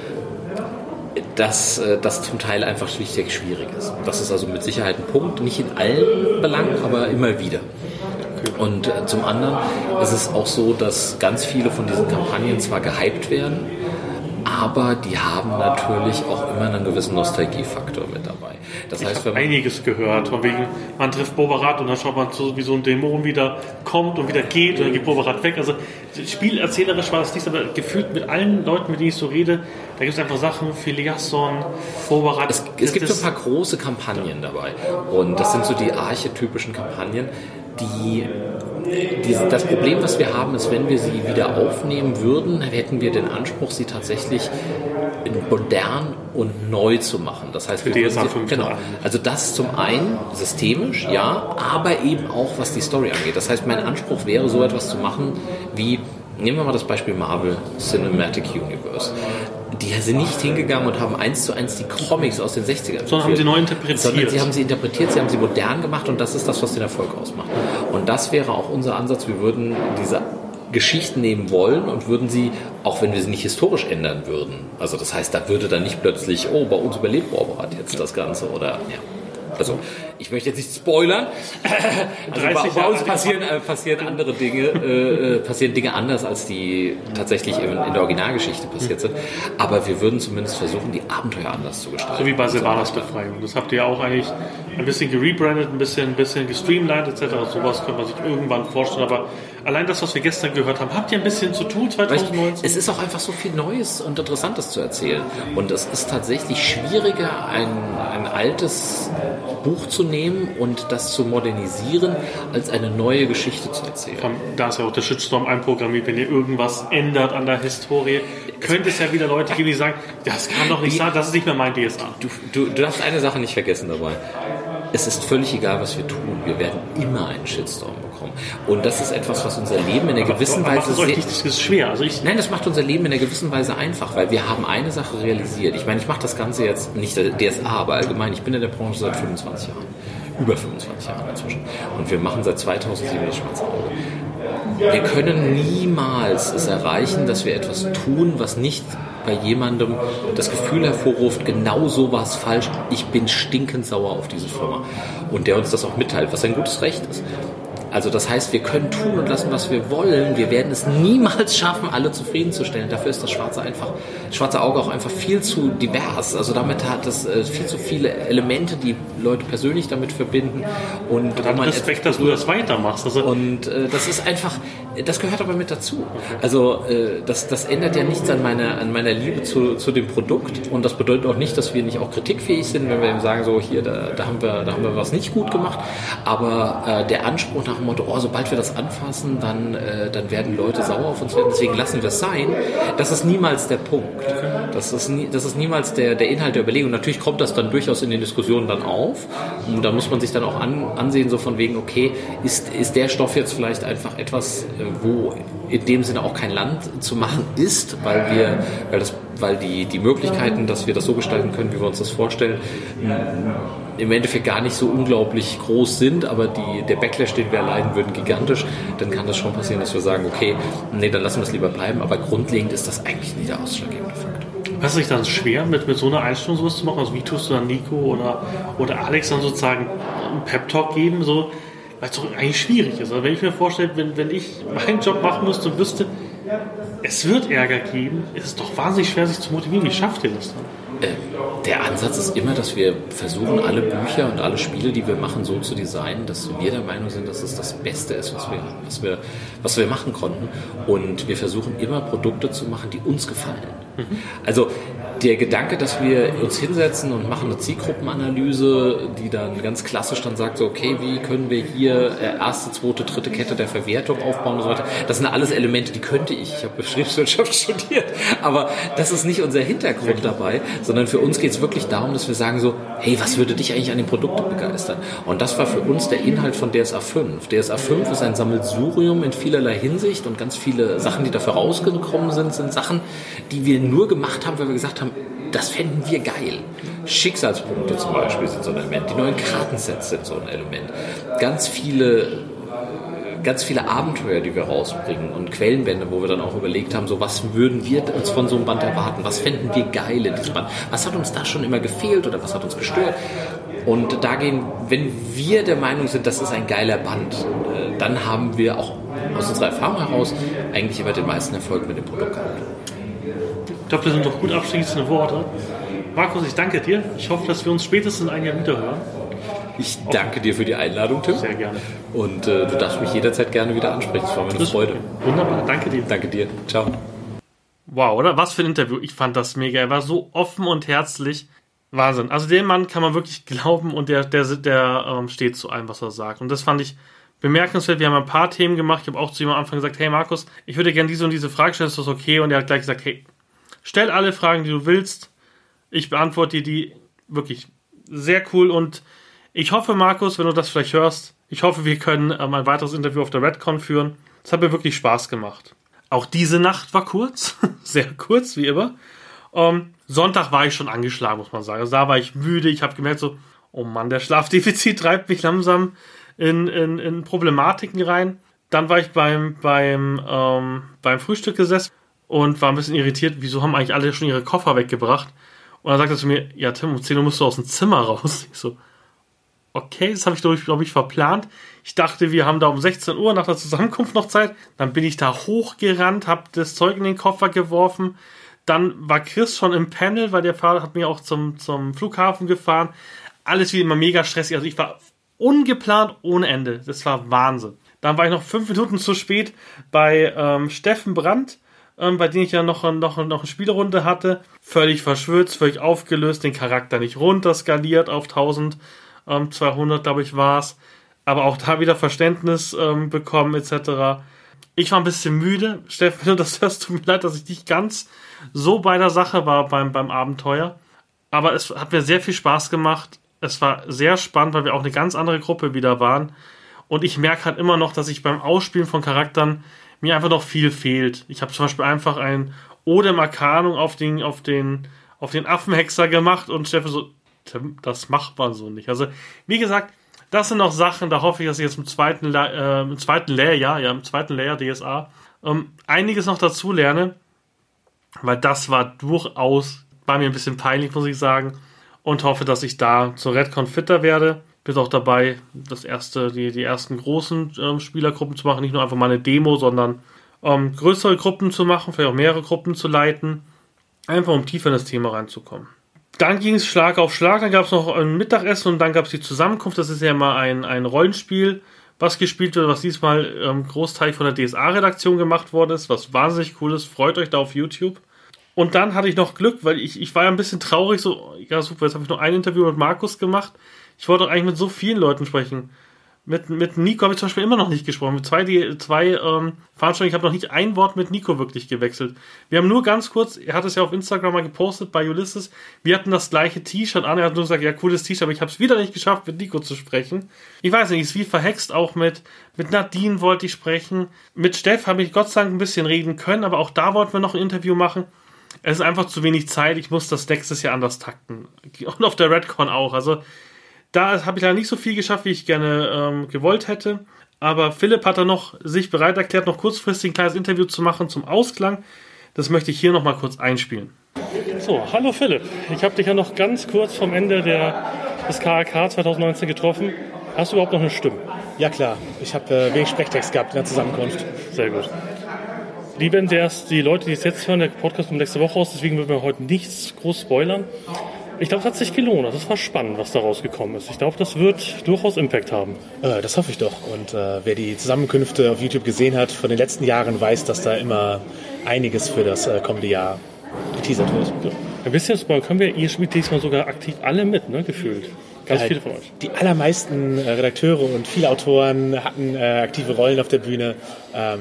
Dass äh, das zum Teil einfach schlichtweg schwierig ist. Das ist also mit Sicherheit ein Punkt, nicht in allen Belangen, aber immer wieder. Und äh, zum anderen ist es auch so, dass ganz viele von diesen Kampagnen zwar gehypt werden, aber die haben natürlich auch immer einen gewissen Nostalgiefaktor mit dabei. Das ich heißt, habe einiges gehört, von wegen, man trifft Bobarat und dann schaut man so, wie so ein Dämon wieder kommt und wieder geht und dann geht Bobarat weg. Also spielerzählerisch war das nicht, aber gefühlt mit allen Leuten, mit denen ich so rede, da gibt es einfach Sachen, Filiasson, Bobarat. Es, es gibt so ein paar große Kampagnen dabei und das sind so die archetypischen Kampagnen, die Die, das Problem, was wir haben, ist, wenn wir sie wieder aufnehmen würden, hätten wir den Anspruch, sie tatsächlich modern und neu zu machen. Das heißt, wir würden sie, genau, also das zum einen systemisch, ja, aber eben auch, was die Story angeht. Das heißt, mein Anspruch wäre, so etwas zu machen wie, nehmen wir mal das Beispiel Marvel Cinematic Universe. Die sind nicht hingegangen und haben eins zu eins die Comics aus den sechzigern sondern haben sie neu interpretiert. Sondern sie haben sie interpretiert, sie haben sie modern gemacht und das ist das, was den Erfolg ausmacht. Und das wäre auch unser Ansatz. Wir würden diese Geschichten nehmen wollen und würden sie, auch wenn wir sie nicht historisch ändern würden, also das heißt, da würde dann nicht plötzlich, oh, bei uns überlebt Bobarat jetzt das Ganze oder, ja. Also ich möchte jetzt nicht spoilern, also bei, bei uns passieren, äh, passieren andere Dinge, äh, passieren Dinge anders, als die tatsächlich in, in der Originalgeschichte passiert sind. Aber wir würden zumindest versuchen, die Abenteuer anders zu gestalten. So wie bei Sylvanas Befreiung. Das habt ihr ja auch eigentlich ein bisschen gerebrandet, ein bisschen, ein bisschen gestreamlined et cetera. Sowas könnte man sich irgendwann vorstellen. Aber allein das, was wir gestern gehört haben, habt ihr ein bisschen zu tun zwanzig neunzehn? Es ist auch einfach so viel Neues und Interessantes zu erzählen. Und es ist tatsächlich schwieriger, ein, ein altes Buch zu nehmen und das zu modernisieren, als eine neue Geschichte zu erzählen. Da ist ja auch der Shitstorm einprogrammiert, wenn ihr irgendwas ändert an der Historie, könnte es ja wieder Leute geben, die sagen, das kann doch nicht sein, das ist nicht mehr mein D S A. Du, du, du darfst eine Sache nicht vergessen dabei. Es ist völlig egal, was wir tun. Wir werden immer einen Shitstorm bekommen. Und das ist etwas, was unser Leben in einer gewissen aber, aber Weise... Das ist, nicht, das ist schwer. Also ich Nein, das macht unser Leben in einer gewissen Weise einfach, weil wir haben eine Sache realisiert. Ich meine, ich mache das Ganze jetzt, nicht der D S A, aber allgemein. Ich bin in der Branche seit fünfundzwanzig Jahren. Über fünfundzwanzig Jahren inzwischen. Und wir machen seit zweitausendsieben das Schwarze Auge. Wir können niemals es erreichen, dass wir etwas tun, was nicht bei jemandem das Gefühl hervorruft, genau so war es falsch, ich bin stinkend sauer auf diese Firma. Und der uns das auch mitteilt, was ein gutes Recht ist. Also das heißt, wir können tun und lassen, was wir wollen. Wir werden es niemals schaffen, alle zufriedenzustellen. Dafür ist das schwarze, einfach, schwarze Auge auch einfach viel zu divers. Also damit hat es äh, viel zu viele Elemente, die Leute persönlich damit verbinden. Und dann Respekt, dass du das weitermachst. Also und äh, das ist einfach, das gehört aber mit dazu. Also äh, das, das ändert ja nichts an meiner, an meiner Liebe zu, zu dem Produkt. Und das bedeutet auch nicht, dass wir nicht auch kritikfähig sind, wenn wir eben sagen, so hier, da, da, haben, wir, da haben wir was nicht gut gemacht. Aber äh, der Anspruch nach dem Motto, oh, sobald wir das anfassen, dann, äh, dann werden Leute sauer auf uns werden, deswegen lassen wir es sein. Das ist niemals der Punkt. Das ist, nie, das ist niemals der, der Inhalt der Überlegung. Natürlich kommt das dann durchaus in den Diskussionen dann auf. Und da muss man sich dann auch an, ansehen, so von wegen, okay, ist, ist der Stoff jetzt vielleicht einfach etwas, wo in dem Sinne auch kein Land zu machen ist, weil wir, weil das, weil die, die Möglichkeiten, dass wir das so gestalten können, wie wir uns das vorstellen, im Endeffekt gar nicht so unglaublich groß sind, aber die, der Backlash, den wir erleiden würden, gigantisch, dann kann das schon passieren, dass wir sagen, okay, nee, dann lassen wir es lieber bleiben, aber grundlegend ist das eigentlich nie der ausschlaggebende Faktor. Was ist dann schwer, mit, mit so einer Einstellung sowas zu machen? Also wie tust du dann Nico oder, oder Alex dann sozusagen einen Pep-Talk geben, so, weil es doch eigentlich schwierig ist. Also wenn ich mir vorstelle, wenn, wenn ich meinen Job machen müsste und wüsste, es wird Ärger geben, ist es doch wahnsinnig schwer, sich zu motivieren. Wie schafft ihr das dann? Der Ansatz ist immer, dass wir versuchen, alle Bücher und alle Spiele, die wir machen, so zu designen, dass wir der Meinung sind, dass es das Beste ist, was wir, was wir, was wir machen konnten. Und wir versuchen immer Produkte zu machen, die uns gefallen. Mhm. Also der Gedanke, dass wir uns hinsetzen und machen eine Zielgruppenanalyse, die dann ganz klassisch dann sagt, so okay, wie können wir hier erste, zweite, dritte Kette der Verwertung aufbauen und so weiter. Das sind alles Elemente, die könnte ich. Ich habe Betriebswirtschaft studiert. Aber das ist nicht unser Hintergrund dabei, sondern für uns geht es wirklich darum, dass wir sagen so, hey, was würde dich eigentlich an dem Produkt begeistern? Und das war für uns der Inhalt von D S A fünf. D S A fünf ist ein Sammelsurium in vielerlei Hinsicht und ganz viele Sachen, die dafür rausgekommen sind, sind Sachen, die wir nur gemacht haben, weil wir gesagt haben, das fänden wir geil. Schicksalspunkte zum Beispiel sind so ein Element. Die neuen Kartensets sind so ein Element. Ganz viele, ganz viele Abenteuer, die wir rausbringen und Quellenbände, wo wir dann auch überlegt haben, so was würden wir uns von so einem Band erwarten? Was fänden wir geil in diesem Band? Was hat uns da schon immer gefehlt oder was hat uns gestört? Und da gehen, wenn wir der Meinung sind, das ist ein geiler Band, dann haben wir auch aus unserer Erfahrung heraus eigentlich immer den meisten Erfolg mit dem Produkt gehabt. Ich glaube, das sind doch gut abschließende Worte. Markus, ich danke dir. Ich hoffe, dass wir uns spätestens in einem Jahr wiederhören. Ich danke dir für die Einladung, Tim. Sehr gerne. Und äh, du darfst mich jederzeit gerne wieder ansprechen. Das war mir eine Freude. Wunderbar, danke dir. Danke dir. Ciao. Wow, oder? Was für ein Interview. Ich fand das mega. Er war so offen und herzlich. Wahnsinn. Also dem Mann kann man wirklich glauben und der, der, der ähm, steht zu allem, was er sagt. Und das fand ich bemerkenswert. Wir haben ein paar Themen gemacht. Ich habe auch zu ihm am Anfang gesagt, hey Markus, ich würde gerne diese und diese Frage stellen. Ist das okay? Und er hat gleich gesagt, hey, stell alle Fragen, die du willst. Ich beantworte dir die. Wirklich sehr cool. Und ich hoffe, Markus, wenn du das vielleicht hörst, ich hoffe, wir können ähm, ein weiteres Interview auf der Redcon führen. Es hat mir wirklich Spaß gemacht. Auch diese Nacht war kurz. Sehr kurz, wie immer. Ähm, Sonntag war ich schon angeschlagen, muss man sagen. Also da war ich müde. Ich habe gemerkt so, oh Mann, der Schlafdefizit treibt mich langsam in, in, in Problematiken rein. Dann war ich beim, beim, ähm, beim Frühstück gesessen und war ein bisschen irritiert, wieso haben eigentlich alle schon ihre Koffer weggebracht? Und dann sagt er zu mir, ja Tim, um zehn Uhr musst du aus dem Zimmer raus. Ich so, okay, das habe ich, glaube ich, verplant. Ich dachte, wir haben da um sechzehn Uhr nach der Zusammenkunft noch Zeit. Dann bin ich da hochgerannt, habe das Zeug in den Koffer geworfen. Dann war Chris schon im Panel, weil der Fahrer hat mir auch zum, zum Flughafen gefahren. Alles wie immer mega stressig. Also ich war ungeplant ohne Ende. Das war Wahnsinn. Dann war ich noch fünf Minuten zu spät bei ähm, Steffen Brandt, ähm, bei dem ich ja noch, noch, noch eine Spielrunde hatte. Völlig verschwitzt, völlig aufgelöst, den Charakter nicht runter skaliert auf eintausendzweihundert, glaube ich, war es. Aber auch da wieder Verständnis ähm, bekommen et cetera. Ich war ein bisschen müde. Steffen, wenn du das hörst, tut mir leid, dass ich nicht ganz so bei der Sache war beim, beim Abenteuer. Aber es hat mir sehr viel Spaß gemacht. Es war sehr spannend, weil wir auch eine ganz andere Gruppe wieder waren. Und ich merke halt immer noch, dass ich beim Ausspielen von Charakteren mir einfach noch viel fehlt. Ich habe zum Beispiel einfach ein Odem Arcanum auf den, auf den, auf den Affenhexer gemacht und Steffen so, Tim, das macht man so nicht. Also, wie gesagt, das sind noch Sachen, da hoffe ich, dass ich jetzt im zweiten, äh, im zweiten Lehrjahr, ja, im zweiten Lehrjahr D S A, ähm, einiges noch dazu lerne, weil das war durchaus, war mir ein bisschen peinlich, muss ich sagen, und hoffe, dass ich da zur Redcon fitter werde. Bin auch dabei, das erste, die, die ersten großen ähm, Spielergruppen zu machen, nicht nur einfach mal eine Demo, sondern ähm, größere Gruppen zu machen, vielleicht auch mehrere Gruppen zu leiten, einfach um tiefer in das Thema reinzukommen. Dann ging es Schlag auf Schlag, dann gab es noch ein Mittagessen und dann gab es die Zusammenkunft. Das ist ja immer ein, ein Rollenspiel, was gespielt wird, was diesmal ähm, Großteil von der D S A-Redaktion gemacht worden ist, was wahnsinnig cool ist. Freut euch da auf YouTube. Und dann hatte ich noch Glück, weil ich, ich war ja ein bisschen traurig, so, ja super, jetzt habe ich nur ein Interview mit Markus gemacht. Ich wollte doch eigentlich mit so vielen Leuten sprechen. Mit, mit Nico habe ich zum Beispiel immer noch nicht gesprochen. Mit zwei, die, zwei ähm, Veranstaltungen, ich habe noch nicht ein Wort mit Nico wirklich gewechselt. Wir haben nur ganz kurz, er hat es ja auf Instagram mal gepostet bei Ulysses, wir hatten das gleiche T-Shirt an, er hat nur gesagt, ja, cooles T-Shirt, aber ich habe es wieder nicht geschafft, mit Nico zu sprechen. Ich weiß nicht, ist wie verhext, auch mit, mit Nadine wollte ich sprechen. Mit Steff habe ich Gott sei Dank ein bisschen reden können, aber auch da wollten wir noch ein Interview machen. Es ist einfach zu wenig Zeit, ich muss das nächstes Jahr anders takten. Und auf der Redcon auch, also da habe ich leider nicht so viel geschafft, wie ich gerne ähm, gewollt hätte. Aber Philipp hat dann noch sich bereit erklärt, noch kurzfristig ein kleines Interview zu machen zum Ausklang. Das möchte ich hier noch mal kurz einspielen. So, hallo Philipp. Ich habe dich ja noch ganz kurz vom Ende der, des K A K zwanzig neunzehn getroffen. Hast du überhaupt noch eine Stimme? Ja klar, ich habe äh, wenig Sprechtext gehabt in der Zusammenkunft. Sehr gut. Liebe N D Rs, die Leute, die es jetzt hören, der Podcast kommt nächste Woche aus, deswegen würden wir heute nichts groß spoilern. Ich glaube, es hat sich gelohnt. Das war spannend, was da rausgekommen ist. Ich glaube, das wird durchaus Impact haben. Äh, das hoffe ich doch. Und äh, wer die Zusammenkünfte auf YouTube gesehen hat von den letzten Jahren, weiß, dass da immer einiges für das äh, kommende Jahr geteasert wird. Ja. Ein bisschen können wir, ihr spielt diesmal sogar aktiv alle mit, ne, gefühlt. Ganz äh, viele von euch. Die allermeisten äh, Redakteure und viele Autoren hatten äh, aktive Rollen auf der Bühne. Ähm,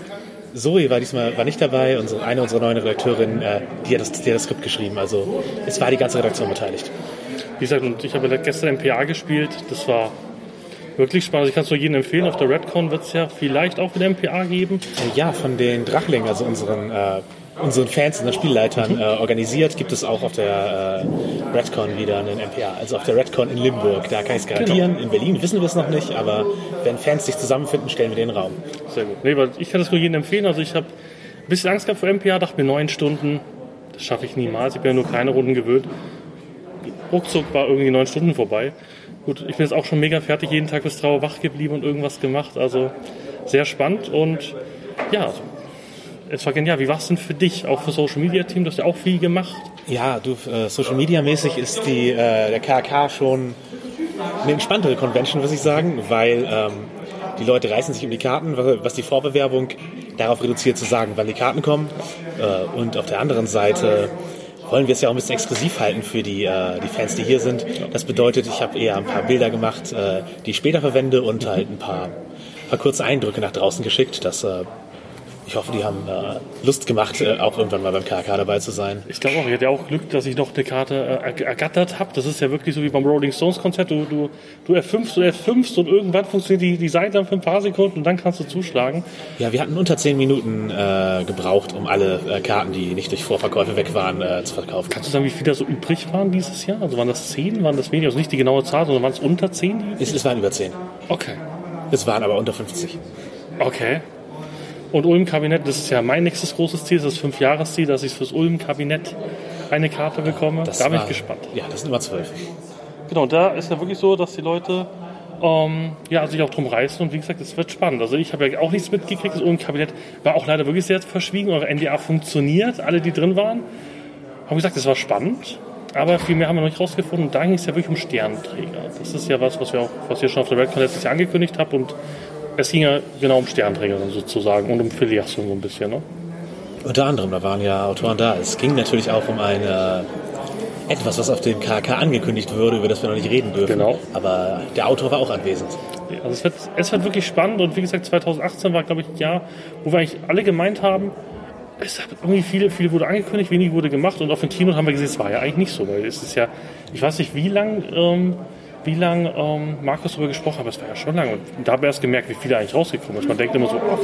Zoe war diesmal war nicht dabei, unsere, eine unserer neuen Redakteurinnen, äh, die, hat das, die hat das Skript geschrieben. Also es war die ganze Redaktion beteiligt. Wie gesagt, und ich habe gestern M P A gespielt. Das war wirklich spannend. Also ich kann es nur jedem empfehlen. Auf der Redcon wird es ja vielleicht auch wieder M P A geben. Äh, ja, von den Drachlingen, also unseren, äh, unseren Fans, unseren Spielleitern mhm. äh, organisiert, gibt es auch auf der äh, Redcon wieder einen M P A. Also auf der Redcon in Limburg. Da kann ich es garantieren. Genau. In Berlin wissen wir es noch nicht, aber wenn Fans sich zusammenfinden, stellen wir den Raum. Sehr gut. Nee, weil ich kann das nur jedem empfehlen. Also ich habe ein bisschen Angst gehabt vor M P A, dachte mir neun Stunden, das schaffe ich niemals. Ich bin ja nur kleine Runden gewöhnt. Ruckzuck war irgendwie neun Stunden vorbei. Gut, ich bin jetzt auch schon mega fertig, jeden Tag bis drei Uhr wach geblieben und irgendwas gemacht. Also sehr spannend und ja, es war genial. Wie war es denn für dich, auch für Social Media Team? Du hast ja auch viel gemacht. Ja, du, äh, Social Media mäßig ist die, äh, der K A K schon eine entspanntere Convention, muss ich sagen, weil ähm, die Leute reißen sich um die Karten, was die Vorbewerbung darauf reduziert zu sagen, wann die Karten kommen. Äh, und auf der anderen Seite wollen wir es ja auch ein bisschen exklusiv halten für die, äh, die Fans, die hier sind. Das bedeutet, ich habe eher ein paar Bilder gemacht, äh, die ich später verwende und halt ein paar, paar kurze Eindrücke nach draußen geschickt, dass äh, ich hoffe, die haben äh, Lust gemacht, äh, auch irgendwann mal beim K A K dabei zu sein. Ich glaube auch, ich hatte ja auch Glück, dass ich noch eine Karte äh, ergattert habe. Das ist ja wirklich so wie beim Rolling Stones Konzert. Du, du, du F fünfst und F fünfst und irgendwann funktioniert die, die Seite dann für ein paar Sekunden und dann kannst du zuschlagen. Ja, wir hatten unter zehn Minuten äh, gebraucht, um alle äh, Karten, die nicht durch Vorverkäufe weg waren, äh, zu verkaufen. Kannst du sagen, wie viele da so übrig waren dieses Jahr? Also waren das zehn, waren das weniger? Also nicht die genaue Zahl, sondern waren es unter zehn? Es, es waren über zehn. Okay. Es waren aber unter fünfzig. Okay. Und Ulm-Kabinett, das ist ja mein nächstes großes Ziel, das ist das Fünf-Jahres-Ziel, dass ich fürs Ulm-Kabinett eine Karte bekomme. Das da bin war, ich gespannt. Ja, das sind immer zwölf. Genau, da ist ja wirklich so, dass die Leute ähm, ja, sich auch drum reißen und wie gesagt, es wird spannend. Also ich habe ja auch nichts mitgekriegt, das Kabinett war auch leider wirklich sehr verschwiegen. Eure N D A funktioniert, alle, die drin waren, haben gesagt, es war spannend, aber viel mehr haben wir noch nicht rausgefunden. Und da ging es ja wirklich um Sternenträger. Das ist ja was, was wir auch, was ihr schon auf der Redcon letztes Jahr angekündigt habt und es ging ja genau um Sternenträger dann sozusagen und um Filiation so ein bisschen, ne? Unter anderem, da waren ja Autoren da. Es ging natürlich auch um eine etwas, was auf dem K K angekündigt wurde, über das wir noch nicht reden dürfen. Genau. Aber der Autor war auch anwesend. Also es wird, es wird wirklich spannend und wie gesagt, zwanzig achtzehn war, glaube ich, ein Jahr, wo wir eigentlich alle gemeint haben, es hat irgendwie viel, viel wurde angekündigt, wenig wurde gemacht und auf dem Keynote haben wir gesehen, es war ja eigentlich nicht so, weil es ist ja, ich weiß nicht, wie lang, ähm, wie lang ähm, Markus darüber gesprochen hat, aber es war ja schon lange und da haben wir erst gemerkt, wie viel da eigentlich rausgekommen ist. Man denkt immer so, oh.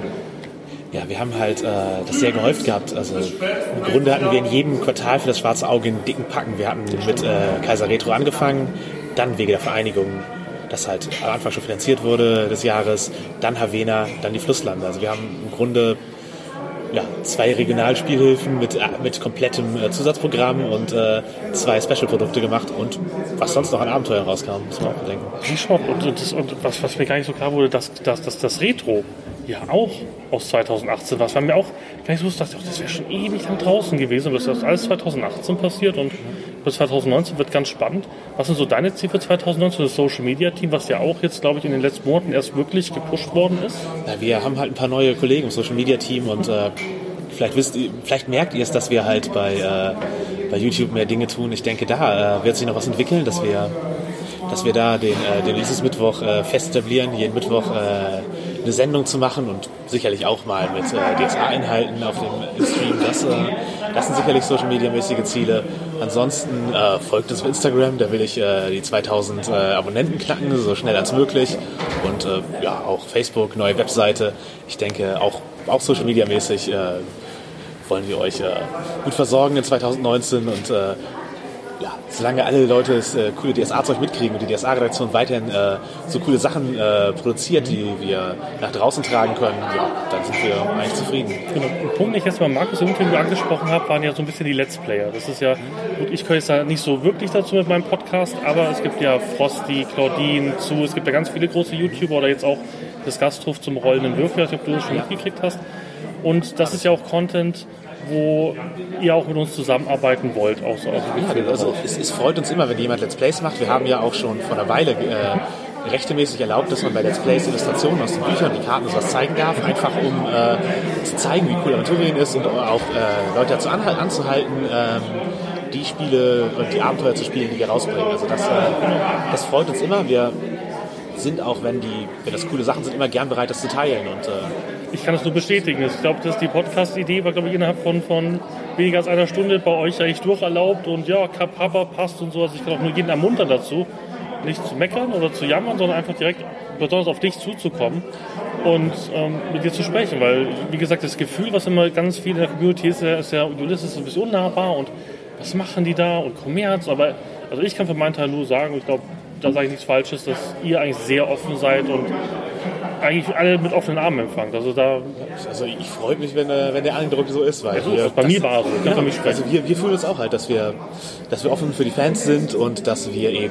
Ja, wir haben halt äh, das sehr gehäuft gehabt. Also im Grunde hatten wir in jedem Quartal für das Schwarze Auge einen dicken Packen. Wir hatten mit äh, Kaiser Retro angefangen, dann Wege der Vereinigung, das halt am Anfang schon finanziert wurde des Jahres, dann Havena, dann die Flusslande. Also wir haben im Grunde ja, zwei Regionalspielhilfen mit, mit komplettem äh, Zusatzprogramm und äh, zwei Special-Produkte gemacht und was sonst noch an Abenteuern rauskam, muss man auch bedenken. Und, und, das, und was, was mir gar nicht so klar wurde, dass, dass, dass das Retro ja auch aus zwanzig achtzehn war. Das war mir auch gar nicht so, dass ich dachte, das wäre schon ewig lang draußen gewesen, aber das ist alles zwanzig achtzehn passiert und bis zwanzig neunzehn wird ganz spannend. Was sind so deine Ziele für zwanzig neunzehn, das Social Media Team, was ja auch jetzt, glaube ich, in den letzten Monaten erst wirklich gepusht worden ist? Ja, wir haben halt ein paar neue Kollegen im Social Media Team und äh, vielleicht, wisst ihr, vielleicht merkt ihr es, dass wir halt bei, äh, bei YouTube mehr Dinge tun. Ich denke, da äh, wird sich noch was entwickeln, dass wir, dass wir da den, äh, den Releases Mittwoch äh, fest etablieren, jeden Mittwoch äh, eine Sendung zu machen und sicherlich auch mal mit äh, D S A-Inhalten auf dem Stream. Das, äh, das sind sicherlich Social-Media-mäßige Ziele. Ansonsten äh, folgt uns auf Instagram, da will ich äh, die zweitausend äh, Abonnenten knacken, so schnell als möglich. Und äh, ja, auch Facebook, neue Webseite. Ich denke, auch, auch Social-Media-mäßig äh, wollen wir euch äh, gut versorgen in zwanzig neunzehn und äh, ja, solange alle Leute das äh, coole D S A-Zeug mitkriegen und die D S A-Redaktion weiterhin äh, so coole Sachen äh, produziert, die wir nach draußen tragen können, ja, dann sind wir eigentlich zufrieden. Genau. Ein Punkt, den ich jetzt mal Markus im Interview angesprochen habe, waren ja so ein bisschen die Let's Player. Das ist ja, gut, ich gehöre jetzt da nicht so wirklich dazu mit meinem Podcast, aber es gibt ja Frosty, Claudine, Zu, es gibt ja ganz viele große YouTuber oder jetzt auch das Gasthof zum rollenden Würfel, ich weiß nicht, ob du das schon mitgekriegt hast. Und das ist ja auch Content, wo ihr auch mit uns zusammenarbeiten wollt. Auch so. Also, ja, also es, es freut uns immer, wenn jemand Let's Plays macht. Wir haben ja auch schon vor einer Weile äh, rechtmäßig erlaubt, dass man bei Let's Plays Illustrationen aus den Büchern, die Karten und sowas zeigen darf, einfach um äh, zu zeigen, wie cool Aventurien ist und auch äh, Leute dazu anhal- anzuhalten, ähm, die Spiele und die Abenteuer zu spielen, die wir rausbringen. Also das, äh, das freut uns immer. Wir sind auch, wenn, die, wenn das coole Sachen sind, immer gern bereit, das zu teilen. Und, äh, ich kann das nur bestätigen. Ich glaube, dass die Podcast-Idee war, glaube ich, innerhalb von, von weniger als einer Stunde bei euch eigentlich durcherlaubt und ja, Kapapa passt und so. Also ich kann auch nur jeden ermuntern dazu, nicht zu meckern oder zu jammern, sondern einfach direkt besonders auf dich zuzukommen und ähm, mit dir zu sprechen. Weil, wie gesagt, das Gefühl, was immer ganz viel in der Community ist, ist ja, Ulysses ist ein bisschen unnahbar und was machen die da und Kommerz. Aber also ich kann für meinen Teil nur sagen, ich glaube, da sage ich nichts Falsches, dass ihr eigentlich sehr offen seid und eigentlich alle mit offenen Armen empfangt. Also da. Also ich freue mich, wenn, wenn der Eindruck so ist, weil also wir, bei das, mir war es so. Ich kann ja, für mich sprechen. Also wir, wir fühlen uns auch halt, dass wir, dass wir offen für die Fans sind und dass wir eben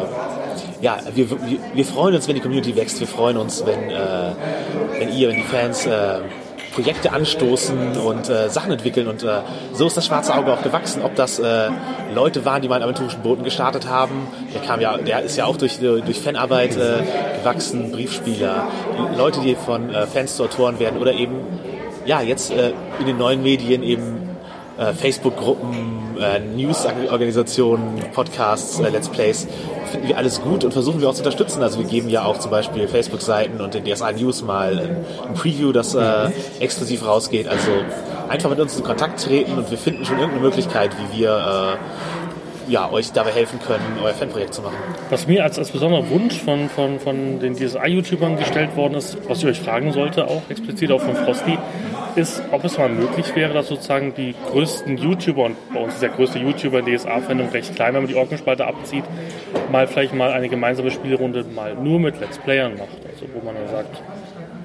äh, ja, wir, wir, wir freuen uns, wenn die Community wächst. Wir freuen uns, wenn, äh, wenn ihr, wenn die Fans äh, Projekte anstoßen und äh, Sachen entwickeln und äh, so ist das Schwarze Auge auch gewachsen. Ob das äh, Leute waren, die mal in aventurischen Booten gestartet haben, der kam ja, der ist ja auch durch, durch Fanarbeit äh, gewachsen, Briefspieler, Leute, die von äh, Fans zu Autoren werden oder eben ja jetzt äh, in den neuen Medien eben äh, Facebook-Gruppen, äh, News-Organisationen, Podcasts, äh, Let's Plays, finden wir alles gut und versuchen wir auch zu unterstützen. Also wir geben ja auch zum Beispiel Facebook-Seiten und den D S A News mal ein, ein Preview, das äh, exklusiv rausgeht. Also einfach mit uns in Kontakt treten und wir finden schon irgendeine Möglichkeit, wie wir äh, ja, euch dabei helfen können, euer Fanprojekt zu machen. Was mir als, als besonderer Wunsch von, von, von den D S A-YouTubern gestellt worden ist, was ich euch fragen sollte, auch explizit auch von Frosty, ist, ob es mal möglich wäre, dass sozusagen die größten YouTuber, und bei uns ist der größte YouTuber in D S A-Fandom recht klein, wenn man die Orkenspalte abzieht, mal vielleicht mal eine gemeinsame Spielrunde mal nur mit Let's Playern macht. Also wo man dann sagt,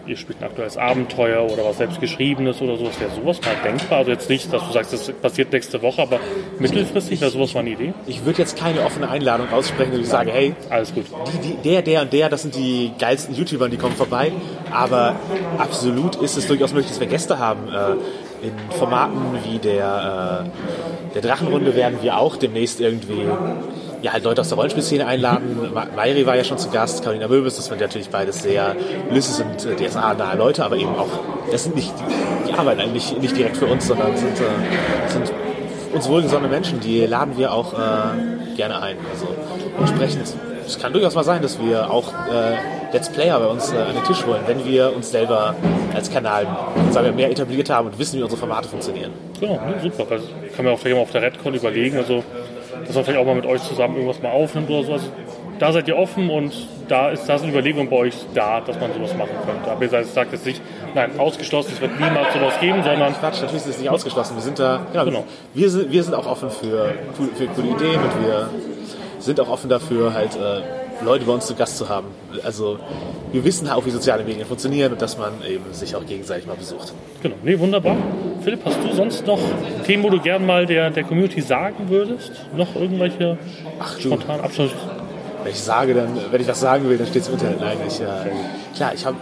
ihr spielt ein aktuelles Abenteuer oder was Selbstgeschriebenes oder sowas. Wäre sowas mal denkbar? Also jetzt nicht, dass du sagst, das passiert nächste Woche, aber mittelfristig wäre sowas mal eine Idee? Ich würde jetzt keine offene Einladung aussprechen, dass ich sage, hey, alles gut. Die, die, der, der und der, das sind die geilsten YouTuber, die kommen vorbei. Aber absolut ist es durchaus möglich, dass wir Gäste haben. Äh, in Formaten wie der, äh, der Drachenrunde werden wir auch demnächst irgendwie ja, halt Leute aus der Rollenspielszene einladen. Mayri war ja schon zu Gast, Carolina Möbis, das sind natürlich beides sehr Ulysses und äh, D S A-nahe Leute, aber eben auch, das sind nicht, die arbeiten eigentlich nicht direkt für uns, sondern sind, äh, sind uns wohlgesonnene Menschen, die laden wir auch äh, gerne ein. Also entsprechend, es kann durchaus mal sein, dass wir auch äh, Let's Player bei uns äh, an den Tisch holen, wenn wir uns selber als Kanal, sagen wir, mehr etabliert haben und wissen, wie unsere Formate funktionieren. Genau, ne, super. Das kann man auch vielleicht mal auf der Redcon überlegen, also dass man vielleicht auch mal mit euch zusammen irgendwas mal aufnimmt oder so. Also, da seid ihr offen und da ist das eine Überlegung bei euch da, dass man sowas machen könnte. Aber ihr sagt jetzt nicht, nein, ausgeschlossen, es wird niemals sowas geben, sondern... Quatsch, natürlich ist es nicht ausgeschlossen. Wir sind da, genau, genau. wir, sind, wir sind auch offen für, für coole Ideen und wir sind auch offen dafür, halt äh, Leute bei uns zu Gast zu haben. Also wir wissen auch, wie soziale Medien funktionieren und dass man eben sich auch gegenseitig mal besucht. Genau, nee, wunderbar. Philipp, hast du sonst noch Themen, wo du gern mal der, der Community sagen würdest? Noch irgendwelche Ach, spontanen Abschluss? Wenn ich sage, dann, wenn ich was sagen will, dann steht es im Internet. Nein, ich, äh, klar, ich habe,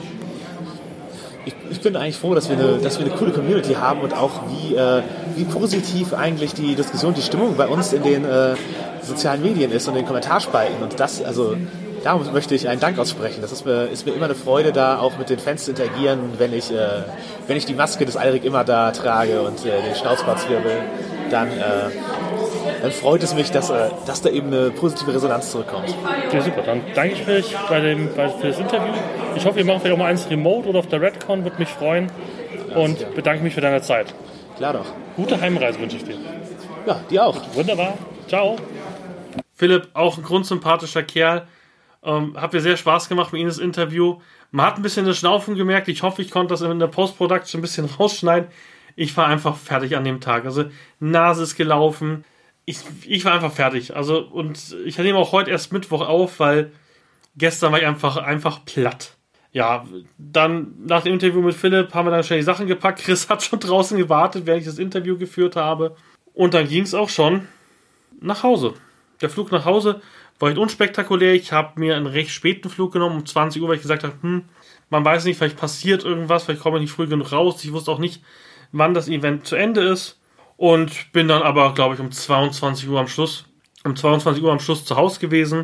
ich, ich bin eigentlich froh, dass wir eine, dass wir eine coole Community haben und auch wie, äh, wie positiv eigentlich die Diskussion, die Stimmung bei uns in den äh, sozialen Medien ist und in den Kommentarspalten und das, also da möchte ich einen Dank aussprechen. Das ist mir, ist mir immer eine Freude, da auch mit den Fans zu interagieren, wenn ich, äh, wenn ich die Maske des Alrik immer da trage und äh, den Schnauzbartzwirbel, dann, äh, dann freut es mich, dass, äh, dass da eben eine positive Resonanz zurückkommt. Ja, super. Dann danke ich euch bei dem, bei, für das Interview. Ich hoffe, ihr macht vielleicht auch mal eins remote oder auf der Redcon, würde mich freuen. Und ja. bedanke mich für deine Zeit. Klar doch. Gute Heimreise wünsche ich dir. Ja, dir auch. Wunderbar. Ciao. Philipp, auch ein grundsympathischer Kerl. Ähm, hat mir sehr Spaß gemacht mit Ihnen das Interview. Man hat ein bisschen das Schnaufen gemerkt. Ich hoffe, ich konnte das in der Post-Production ein bisschen rausschneiden. Ich war einfach fertig an dem Tag. Also Nase ist gelaufen. Ich, ich war einfach fertig. Also und ich nehme auch heute erst Mittwoch auf, weil gestern war ich einfach, einfach platt. Ja, dann nach dem Interview mit Philipp haben wir dann schnell die Sachen gepackt. Chris hat schon draußen gewartet, während ich das Interview geführt habe. Und dann ging es auch schon nach Hause. Der Flug nach Hause war recht unspektakulär. Ich habe mir einen recht späten Flug genommen, um zwanzig Uhr, weil ich gesagt habe, hm, man weiß nicht, vielleicht passiert irgendwas, vielleicht komme ich nicht früh genug raus. Ich wusste auch nicht, wann das Event zu Ende ist. Und bin dann aber, glaube ich, um zweiundzwanzig Uhr am Schluss, um zweiundzwanzig Uhr am Schluss zu Hause gewesen.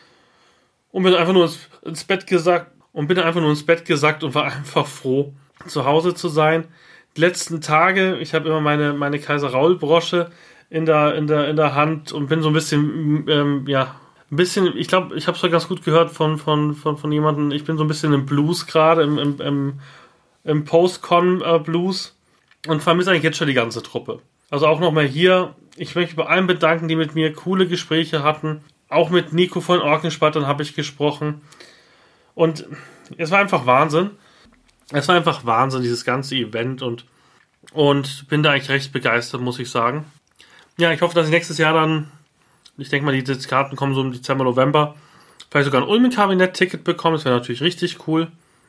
Und bin einfach nur ins, ins Bett gesackt und bin einfach nur ins Bett gesackt und war einfach froh, zu Hause zu sein. Die letzten Tage, ich habe immer meine, meine Kaiser-Raul-Brosche in der, in der, in der Hand und bin so ein bisschen, ähm, ja, ein bisschen, ich glaube, ich habe es ja ganz gut gehört von, von, von, von jemandem, ich bin so ein bisschen im Blues gerade, im, im, im, im Post-Con-Blues und vermisse eigentlich jetzt schon die ganze Truppe. Also auch nochmal hier, ich möchte bei allen bedanken, die mit mir coole Gespräche hatten. Auch mit Nico von Orkenspattern habe ich gesprochen. Und es war einfach Wahnsinn. Es war einfach Wahnsinn, dieses ganze Event und, und bin da eigentlich recht begeistert, muss ich sagen. Ja, ich hoffe, dass ich nächstes Jahr dann, ich denke mal, die Karten kommen so im Dezember, November, vielleicht sogar ein Ulmen-Kabinett-Ticket bekomme. Das wäre natürlich richtig cool.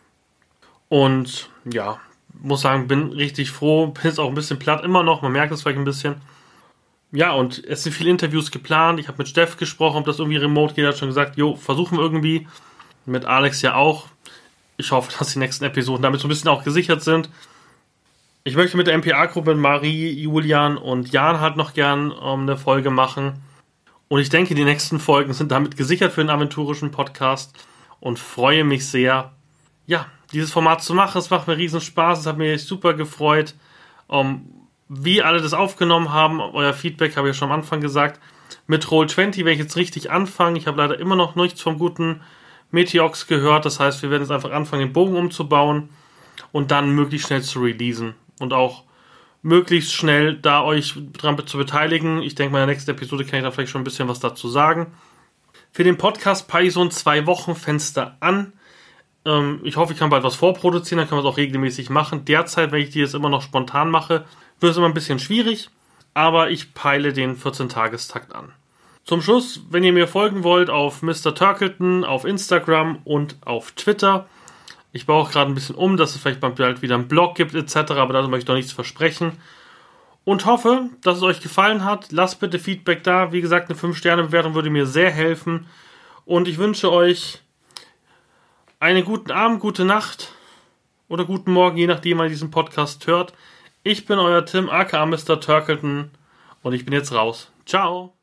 Und ja, muss sagen, bin richtig froh, bin jetzt auch ein bisschen platt immer noch, man merkt es vielleicht ein bisschen. Ja, und es sind viele Interviews geplant, ich habe mit Steff gesprochen, ob das irgendwie remote geht, hat schon gesagt, jo, versuchen wir irgendwie, mit Alex ja auch. Ich hoffe, dass die nächsten Episoden damit so ein bisschen auch gesichert sind. Ich möchte mit der M P A-Gruppe, mit Marie, Julian und Jan halt noch gern um, eine Folge machen. Und ich denke, die nächsten Folgen sind damit gesichert für den aventurischen Podcast und freue mich sehr, ja, dieses Format zu machen. Es macht mir riesen Spaß, es hat mir super gefreut, um, wie alle das aufgenommen haben. Euer Feedback habe ich ja schon am Anfang gesagt. Mit Roll zwanzig werde ich jetzt richtig anfangen. Ich habe leider immer noch nichts vom guten Meteox gehört. Das heißt, wir werden jetzt einfach anfangen, den Bogen umzubauen und dann möglichst schnell zu releasen. Und auch möglichst schnell da euch dran zu beteiligen. Ich denke, in der nächsten Episode kann ich da vielleicht schon ein bisschen was dazu sagen. Für den Podcast peile ich so ein zwei Wochen Fenster an. Ich hoffe, ich kann bald was vorproduzieren, dann können wir es auch regelmäßig machen. Derzeit, wenn ich die jetzt immer noch spontan mache, wird es immer ein bisschen schwierig, aber ich peile den vierzehn-Tagestakt an. Zum Schluss, wenn ihr mir folgen wollt, auf Mister Turkleton, auf Instagram und auf Twitter. Ich baue auch gerade ein bisschen um, dass es vielleicht bald wieder einen Blog gibt et cetera, aber da möchte ich noch nichts versprechen. Und hoffe, dass es euch gefallen hat. Lasst bitte Feedback da. Wie gesagt, eine fünf Sterne Bewertung würde mir sehr helfen. Und ich wünsche euch einen guten Abend, gute Nacht oder guten Morgen, je nachdem, wann ihr diesen Podcast hört. Ich bin euer Tim, aka Mister Turkleton, und ich bin jetzt raus. Ciao!